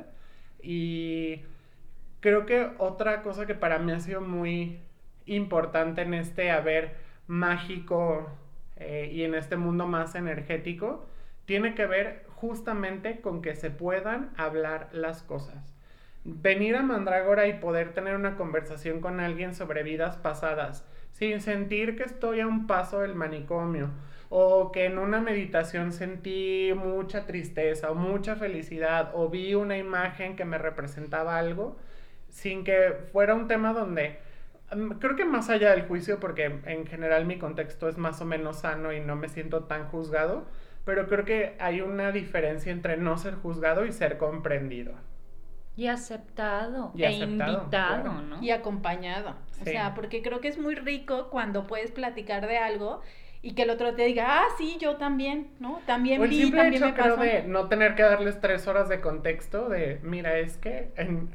A: Y creo que otra cosa que para mí ha sido muy importante en este haber mágico y en este mundo más energético tiene que ver justamente con que se puedan hablar las cosas. Venir a Mandrágora y poder tener una conversación con alguien sobre vidas pasadas sin sentir que estoy a un paso del manicomio o que en una meditación sentí mucha tristeza o mucha felicidad o vi una imagen que me representaba algo, sin que fuera un tema donde, creo que más allá del juicio, porque en general mi contexto es más o menos sano y no me siento tan juzgado, pero creo que hay una diferencia entre no ser juzgado y ser comprendido.
C: Y aceptado,
B: invitado,
C: claro, ¿no?
B: Y acompañado. Sí. O sea, porque creo que es muy rico cuando puedes platicar de algo y que el otro te diga, sí, yo también, ¿no? También vi, también me pasó. El simple hecho, creo,
A: de no tener que darles 3 horas de contexto de, mira, es que en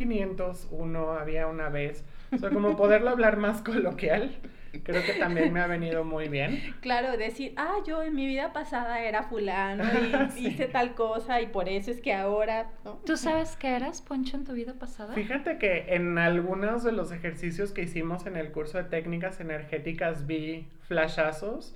A: 1501 había una vez. O sea, como poderlo hablar más coloquial, creo que también me ha venido muy bien.
B: Claro, decir, yo en mi vida pasada era fulano y sí. Hice tal cosa y por eso es que ahora, ¿no?
C: ¿Tú sabes qué eras, Poncho, en tu vida pasada?
A: Fíjate que en algunos de los ejercicios que hicimos en el curso de técnicas energéticas vi flashazos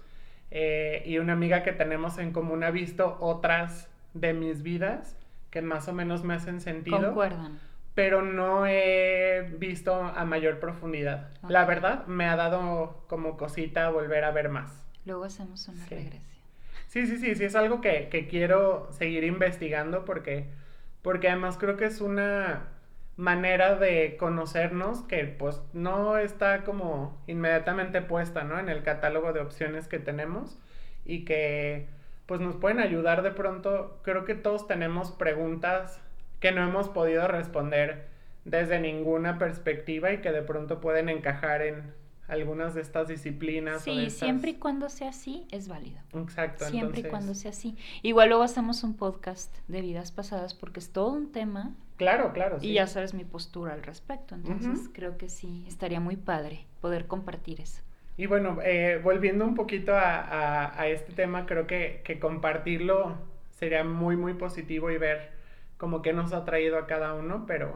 A: y una amiga que tenemos en común ha visto otras de mis vidas que más o menos me hacen sentido.
C: Concuerdan.
A: Pero no he visto a mayor profundidad. Okay. La verdad, me ha dado como cosita volver a ver más.
C: Luego hacemos una regresión.
A: Sí, es algo que quiero seguir investigando porque además creo que es una manera de conocernos que pues no está como inmediatamente puesta, ¿no? En el catálogo de opciones que tenemos y que pues nos pueden ayudar de pronto. Creo que todos tenemos preguntas que no hemos podido responder desde ninguna perspectiva y que de pronto pueden encajar en algunas de estas disciplinas.
C: Sí, siempre y cuando sea así, es válido.
A: Exacto.
C: Siempre y cuando sea así. Igual luego hacemos un podcast de vidas pasadas porque es todo un tema.
A: Claro, sí.
C: Y ya sabes mi postura al respecto, entonces creo que sí, estaría muy padre poder compartir eso.
A: Y bueno, volviendo un poquito a este tema, creo que compartirlo sería muy, muy positivo y ver como que nos ha traído a cada uno, pero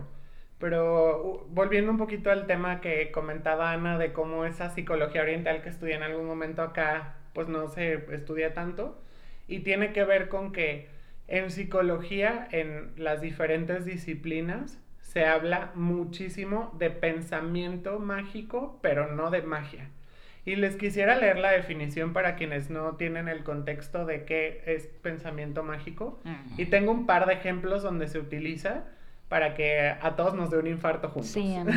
A: volviendo un poquito al tema que comentaba Ana de cómo esa psicología oriental que estudié en algún momento acá, pues no se estudia tanto, y tiene que ver con que en psicología, en las diferentes disciplinas, se habla muchísimo de pensamiento mágico, pero no de magia. Y les quisiera leer la definición para quienes no tienen el contexto de qué es pensamiento mágico. Y tengo un par de ejemplos donde se utiliza para que a todos nos dé un infarto juntos.
C: Sí, a mí.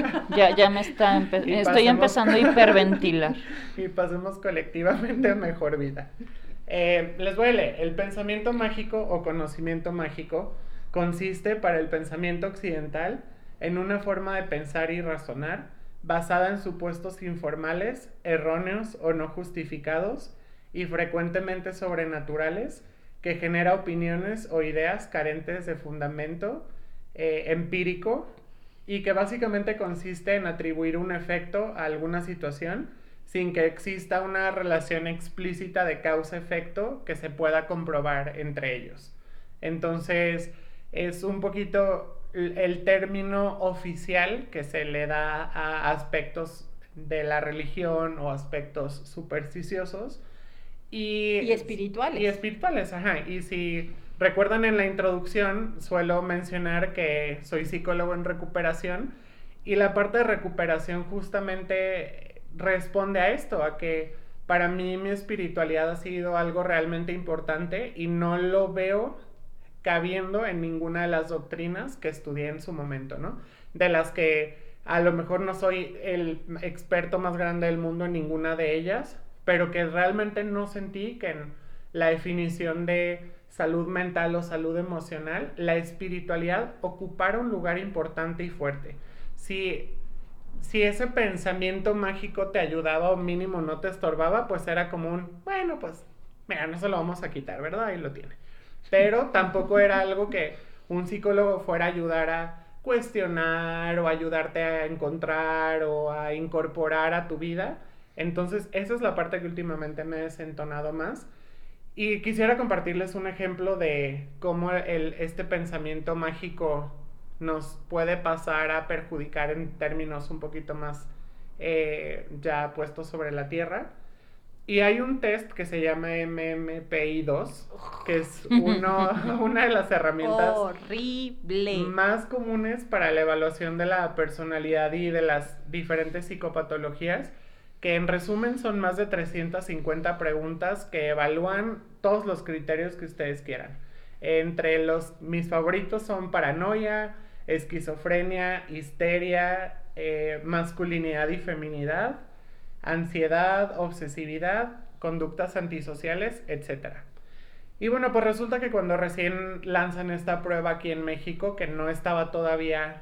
C: Ya me estoy empezando a hiperventilar.
A: Y pasemos colectivamente a mejor vida. Les voy a leer. El pensamiento mágico o conocimiento mágico consiste para el pensamiento occidental en una forma de pensar y razonar basada en supuestos informales, erróneos o no justificados y frecuentemente sobrenaturales, que genera opiniones o ideas carentes de fundamento empírico y que básicamente consiste en atribuir un efecto a alguna situación sin que exista una relación explícita de causa-efecto que se pueda comprobar entre ellos. Entonces, es un poquito el término oficial que se le da a aspectos de la religión o aspectos supersticiosos.
B: Y espirituales.
A: Y espirituales, ajá. Y si recuerdan en la introducción, suelo mencionar que soy psicólogo en recuperación y la parte de recuperación justamente responde a esto, a que para mí mi espiritualidad ha sido algo realmente importante y no lo veo cabiendo en ninguna de las doctrinas que estudié en su momento, ¿no? De las que a lo mejor no soy el experto más grande del mundo en ninguna de ellas, pero que realmente no sentí que en la definición de salud mental o salud emocional, la espiritualidad ocupara un lugar importante y fuerte. Si ese pensamiento mágico te ayudaba o mínimo no te estorbaba, pues era como un, bueno, pues, mira, no se lo vamos a quitar, ¿verdad? Ahí lo tiene. Pero tampoco era algo que un psicólogo fuera a ayudar a cuestionar o ayudarte a encontrar o a incorporar a tu vida. Entonces, esa es la parte que últimamente me he desentonado más. Y quisiera compartirles un ejemplo de cómo este pensamiento mágico nos puede pasar a perjudicar en términos un poquito más ya puestos sobre la tierra. Y hay un test que se llama MMPI-2, que es una de las herramientas
B: horrible
A: más comunes para la evaluación de la personalidad y de las diferentes psicopatologías, que en resumen son más de 350 preguntas que evalúan todos los criterios que ustedes quieran. Entre mis favoritos son paranoia, esquizofrenia, histeria, masculinidad y feminidad, ansiedad, obsesividad, conductas antisociales, etc. Y bueno, pues resulta que cuando recién lanzan esta prueba aquí en México, que no estaba todavía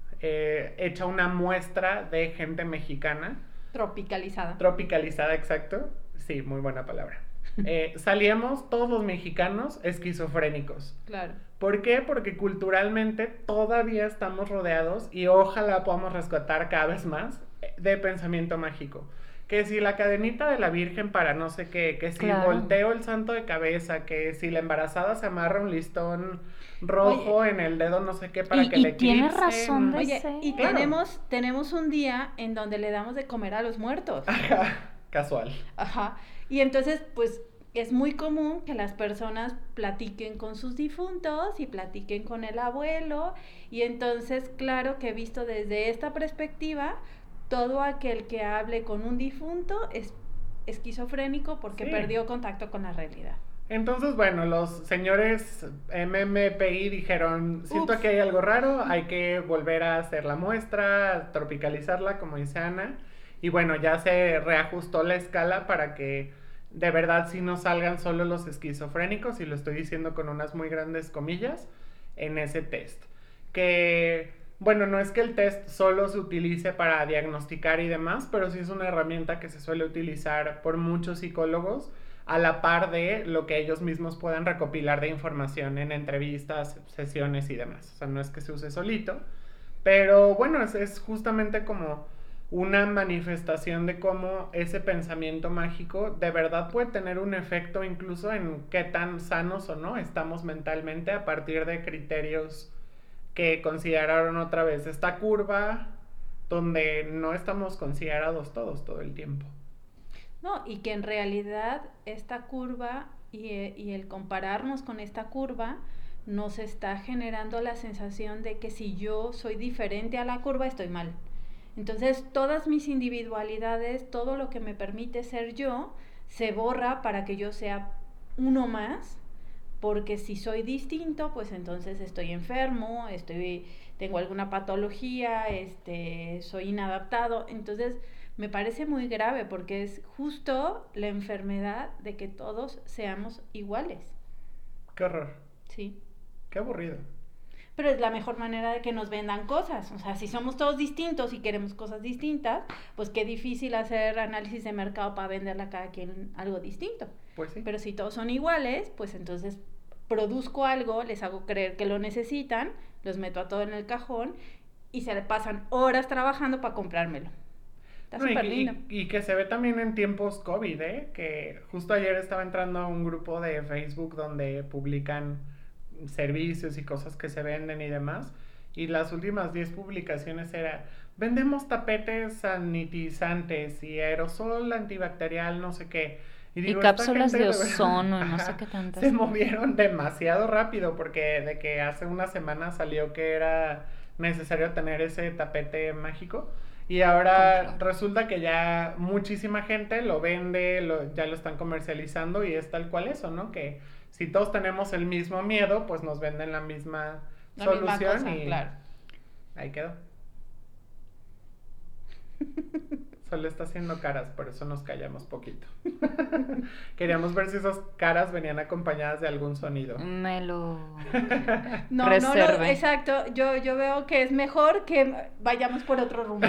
A: hecha una muestra de gente mexicana. Tropicalizada, exacto. Sí, muy buena palabra. Salíamos todos los mexicanos esquizofrénicos.
B: Claro.
A: ¿Por qué? Porque culturalmente todavía estamos rodeados y ojalá podamos rescatar cada vez más de pensamiento mágico. Que si la cadenita de la Virgen para no sé qué, que si claro, volteo el santo de cabeza, que si la embarazada se amarra un listón rojo, oye, en el dedo no sé qué para que le eclipse.
C: Tiene razón de
B: oye,
C: ser.
B: Y claro, tenemos un día en donde le damos de comer a los muertos.
A: Ajá, casual.
B: Ajá, y entonces pues es muy común que las personas platiquen con sus difuntos y platiquen con el abuelo, y entonces claro que visto desde esta perspectiva, todo aquel que hable con un difunto es esquizofrénico porque perdió contacto con la realidad.
A: Entonces, bueno, los señores MMPI dijeron, siento que hay algo raro, hay que volver a hacer la muestra, tropicalizarla, como dice Ana, y bueno, ya se reajustó la escala para que de verdad sí no salgan solo los esquizofrénicos, y lo estoy diciendo con unas muy grandes comillas, en ese test. Que bueno, no es que el test solo se utilice para diagnosticar y demás, pero sí es una herramienta que se suele utilizar por muchos psicólogos a la par de lo que ellos mismos puedan recopilar de información en entrevistas, sesiones y demás. O sea, no es que se use solito, pero bueno, es justamente como una manifestación de cómo ese pensamiento mágico de verdad puede tener un efecto incluso en qué tan sanos o no estamos mentalmente a partir de criterios que consideraron otra vez esta curva donde no estamos considerados todos todo el tiempo.
B: No, y que en realidad esta curva y el compararnos con esta curva nos está generando la sensación de que si yo soy diferente a la curva estoy mal. Entonces todas mis individualidades, todo lo que me permite ser yo, se borra para que yo sea uno más. Porque si soy distinto, pues entonces estoy enfermo, tengo alguna patología, soy inadaptado. Entonces me parece muy grave porque es justo la enfermedad de que todos seamos iguales.
A: Qué horror.
B: Sí.
A: Qué aburrido.
B: pero es la mejor manera de que nos vendan cosas. O sea, si somos todos distintos y queremos cosas distintas, pues qué difícil hacer análisis de mercado para venderle a cada quien algo distinto.
A: Pues sí.
B: Pero si todos son iguales, pues entonces produzco algo, les hago creer que lo necesitan, los meto a todo en el cajón y se le pasan horas trabajando para comprármelo. Está
A: No,
B: súper lindo.
A: y que se ve también en tiempos COVID, que justo ayer estaba entrando a un grupo de Facebook donde publican servicios y cosas que se venden y demás, y las últimas 10 publicaciones era: vendemos tapetes sanitizantes y aerosol antibacterial, no sé qué.
C: Y cápsulas de ozono y no sé qué tantas.
A: Se movieron demasiado rápido, porque de que hace una semana salió que era necesario tener ese tapete mágico, y ahora resulta que ya muchísima gente lo vende, ya lo están comercializando, y es tal cual eso, ¿no? Que si todos tenemos el mismo miedo, pues nos venden la misma solución
B: misma cosa,
A: y
B: claro.
A: Ahí quedó. Solo está haciendo caras, por eso nos callamos poquito. Queríamos ver si esas caras venían acompañadas de algún sonido.
C: Me lo
B: No,
C: reserve.
B: Exacto. Yo veo que es mejor que vayamos por otro rumbo.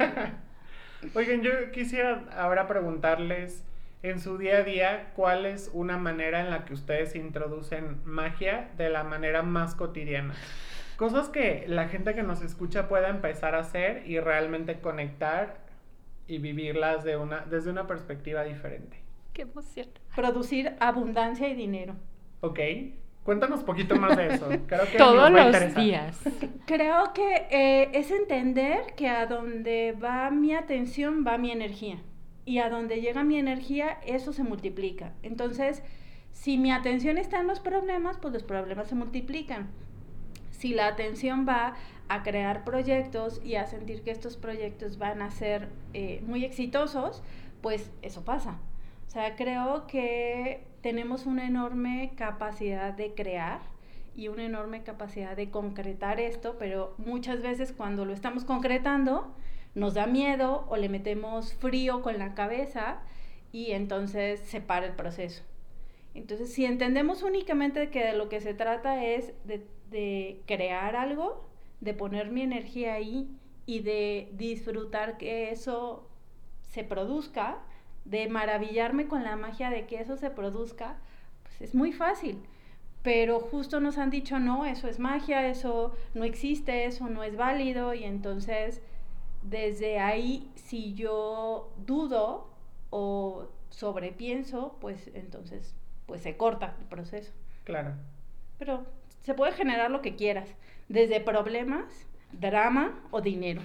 A: Oigan, yo quisiera ahora preguntarles, en su día a día, ¿cuál es una manera en la que ustedes introducen magia de la manera más cotidiana? Cosas que la gente que nos escucha pueda empezar a hacer y realmente conectar y vivirlas desde una perspectiva diferente.
C: Qué emoción.
B: Producir abundancia y dinero.
A: Ok, cuéntanos poquito más de eso. Creo que
C: Todos
A: nos va a
C: los
A: interesar.
C: días.
B: Creo que es entender que a donde va mi atención va mi energía. Y a donde llega mi energía, eso se multiplica. Entonces, si mi atención está en los problemas, pues los problemas se multiplican. Si la atención va a crear proyectos y a sentir que estos proyectos van a ser muy exitosos, pues eso pasa. O sea, creo que tenemos una enorme capacidad de crear y una enorme capacidad de concretar esto, pero muchas veces cuando lo estamos concretando nos da miedo o le metemos frío con la cabeza y entonces se para el proceso. Entonces, si entendemos únicamente que de lo que se trata es de crear algo, de poner mi energía ahí y de disfrutar que eso se produzca, de maravillarme con la magia de que eso se produzca, pues es muy fácil. Pero justo nos han dicho, no, eso es magia, eso no existe, eso no es válido, y entonces desde ahí, si yo dudo o sobrepienso, pues entonces pues se corta el proceso.
A: Claro.
B: Pero se puede generar lo que quieras, desde problemas, drama o dinero.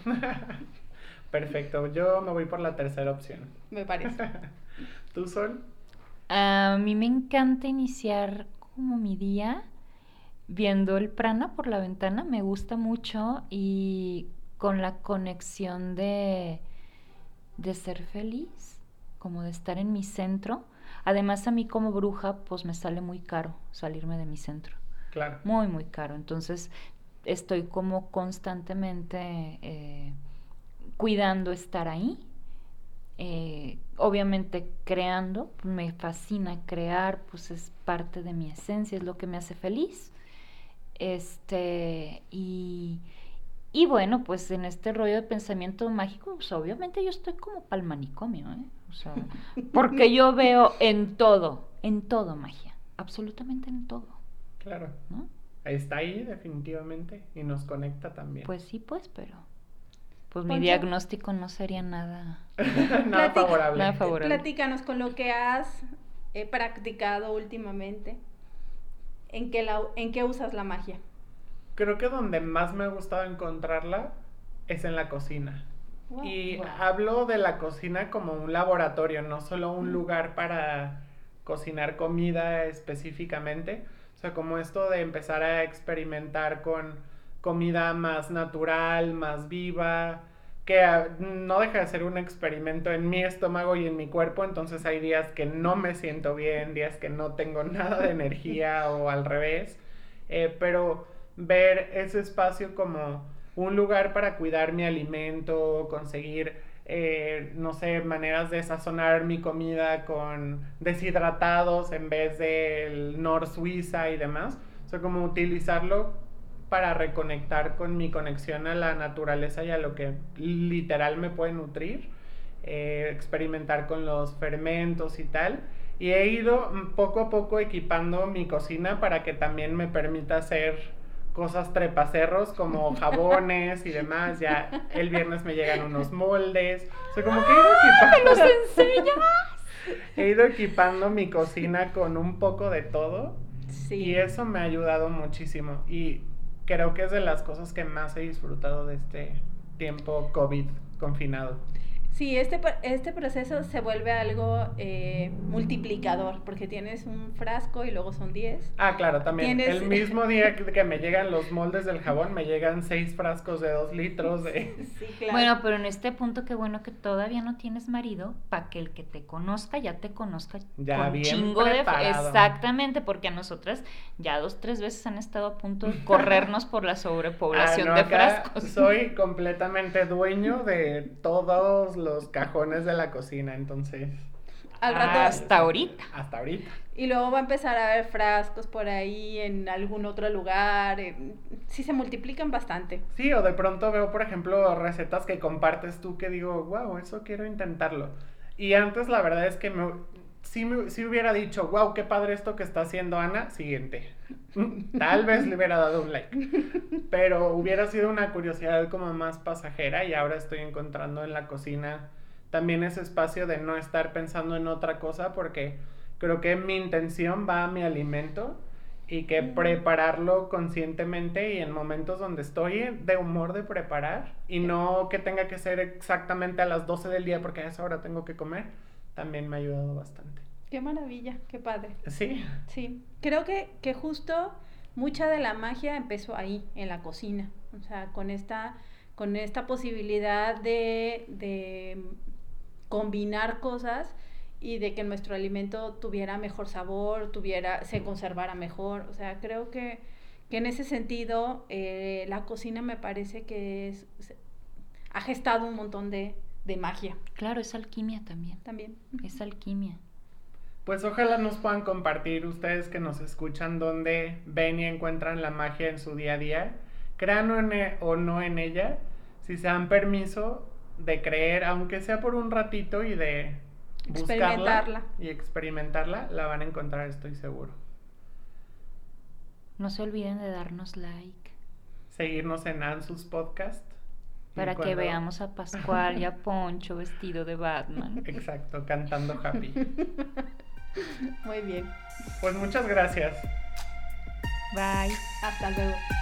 A: Perfecto, yo me voy por la tercera opción.
B: Me parece.
A: ¿Tú, Sol?
C: A mí me encanta iniciar como mi día viendo el prana por la ventana, me gusta mucho, y con la conexión de ser feliz, como de estar en mi centro. Además, a mí como bruja, pues me sale muy caro salirme de mi centro.
A: Claro.
C: Muy, muy caro. Entonces, estoy como constantemente cuidando estar ahí. Obviamente creando, me fascina crear, pues es parte de mi esencia, es lo que me hace feliz. Y bueno, pues en este rollo de pensamiento mágico, pues obviamente yo estoy como pa'l manicomio, o sea, porque yo veo en todo magia, absolutamente en todo.
A: Claro.
C: ¿No?
A: Está ahí definitivamente y nos conecta también.
C: Pues sí, pues, pero pues mi
B: Poncho,
C: diagnóstico no sería nada
A: Nada favorable.
C: Nada favorable.
B: Platícanos con lo que has practicado últimamente. ¿En qué usas la magia?
A: Creo que donde más me ha gustado encontrarla es en la cocina.
B: Wow.
A: Y hablo de la cocina como un laboratorio, no solo un lugar para cocinar comida específicamente. O sea, como esto de empezar a experimentar con comida más natural, más viva, que no deja de ser un experimento en mi estómago y en mi cuerpo. Entonces hay días que no me siento bien, días que no tengo nada de energía o al revés. Pero ver ese espacio como un lugar para cuidar mi alimento, conseguir, no sé, maneras de sazonar mi comida con deshidratados en vez del Nor Suiza y demás. O sea, como utilizarlo para reconectar con mi conexión a la naturaleza y a lo que literal me puede nutrir, experimentar con los fermentos y tal, y he ido poco a poco equipando mi cocina para que también me permita hacer cosas trepacerros como jabones y demás. Ya el viernes me llegan unos moldes, o sea, como que he ido equipando.
C: ¡Los enseñas!
A: He ido equipando mi cocina con un poco de todo.
B: Sí.
A: Y eso me ha ayudado muchísimo. Y creo que es de las cosas que más he disfrutado de este tiempo COVID confinado.
B: Sí, este proceso se vuelve algo multiplicador, porque tienes un frasco y luego son 10.
A: Ah, claro, también.
B: Tienes...
A: El mismo día que me llegan los moldes del jabón, me llegan 6 frascos de 2 litros de...
B: Sí, claro.
C: Bueno, pero en este punto qué bueno que todavía no tienes marido, para que el que te conozca ya te conozca
A: ya
C: con
A: bien
C: chingo
A: preparado.
C: Exactamente, porque a nosotras ya 2-3 veces han estado a punto de corrernos por la sobrepoblación de frascos.
A: Soy completamente dueño de todos los cajones de la cocina, entonces...
B: Al rato...
C: Hasta ahorita.
A: Hasta ahorita.
B: Y luego va a empezar a haber frascos por ahí en algún otro lugar. Sí, se multiplican bastante.
A: Sí, o de pronto veo, por ejemplo, recetas que compartes tú que digo, wow, eso quiero intentarlo. Y antes la verdad es que sí hubiera dicho, wow, qué padre esto que está haciendo Ana, siguiente. Tal vez le hubiera dado un like. Pero hubiera sido una curiosidad como más pasajera, y ahora estoy encontrando en la cocina también ese espacio de no estar pensando en otra cosa, porque creo que mi intención va a mi alimento, y que prepararlo conscientemente y en momentos donde estoy de humor de preparar, y no que tenga que ser exactamente a las 12 del día porque a esa hora tengo que comer, también me ha ayudado bastante.
B: Qué maravilla, qué padre.
A: Sí.
B: Sí, creo que justo mucha de la magia empezó ahí, en la cocina. O sea, con esta posibilidad de combinar cosas y de que nuestro alimento tuviera mejor sabor, se conservara mejor. O sea, creo que en ese sentido la cocina me parece que ha gestado un montón de magia.
C: Claro, es alquimia también. Es alquimia.
A: Pues ojalá nos puedan compartir ustedes que nos escuchan dónde ven y encuentran la magia en su día a día. Crean o no en ella, si se dan permiso de creer, aunque sea por un ratito, y de buscarla y experimentarla, la van a encontrar, estoy seguro.
C: No se olviden de darnos like.
A: Seguirnos en Ansus Podcast.
C: Para que veamos a Pascual y a Poncho vestido de Batman.
A: Exacto, cantando Happy.
B: Muy bien.
A: Pues muchas gracias.
C: Bye.
B: Hasta luego.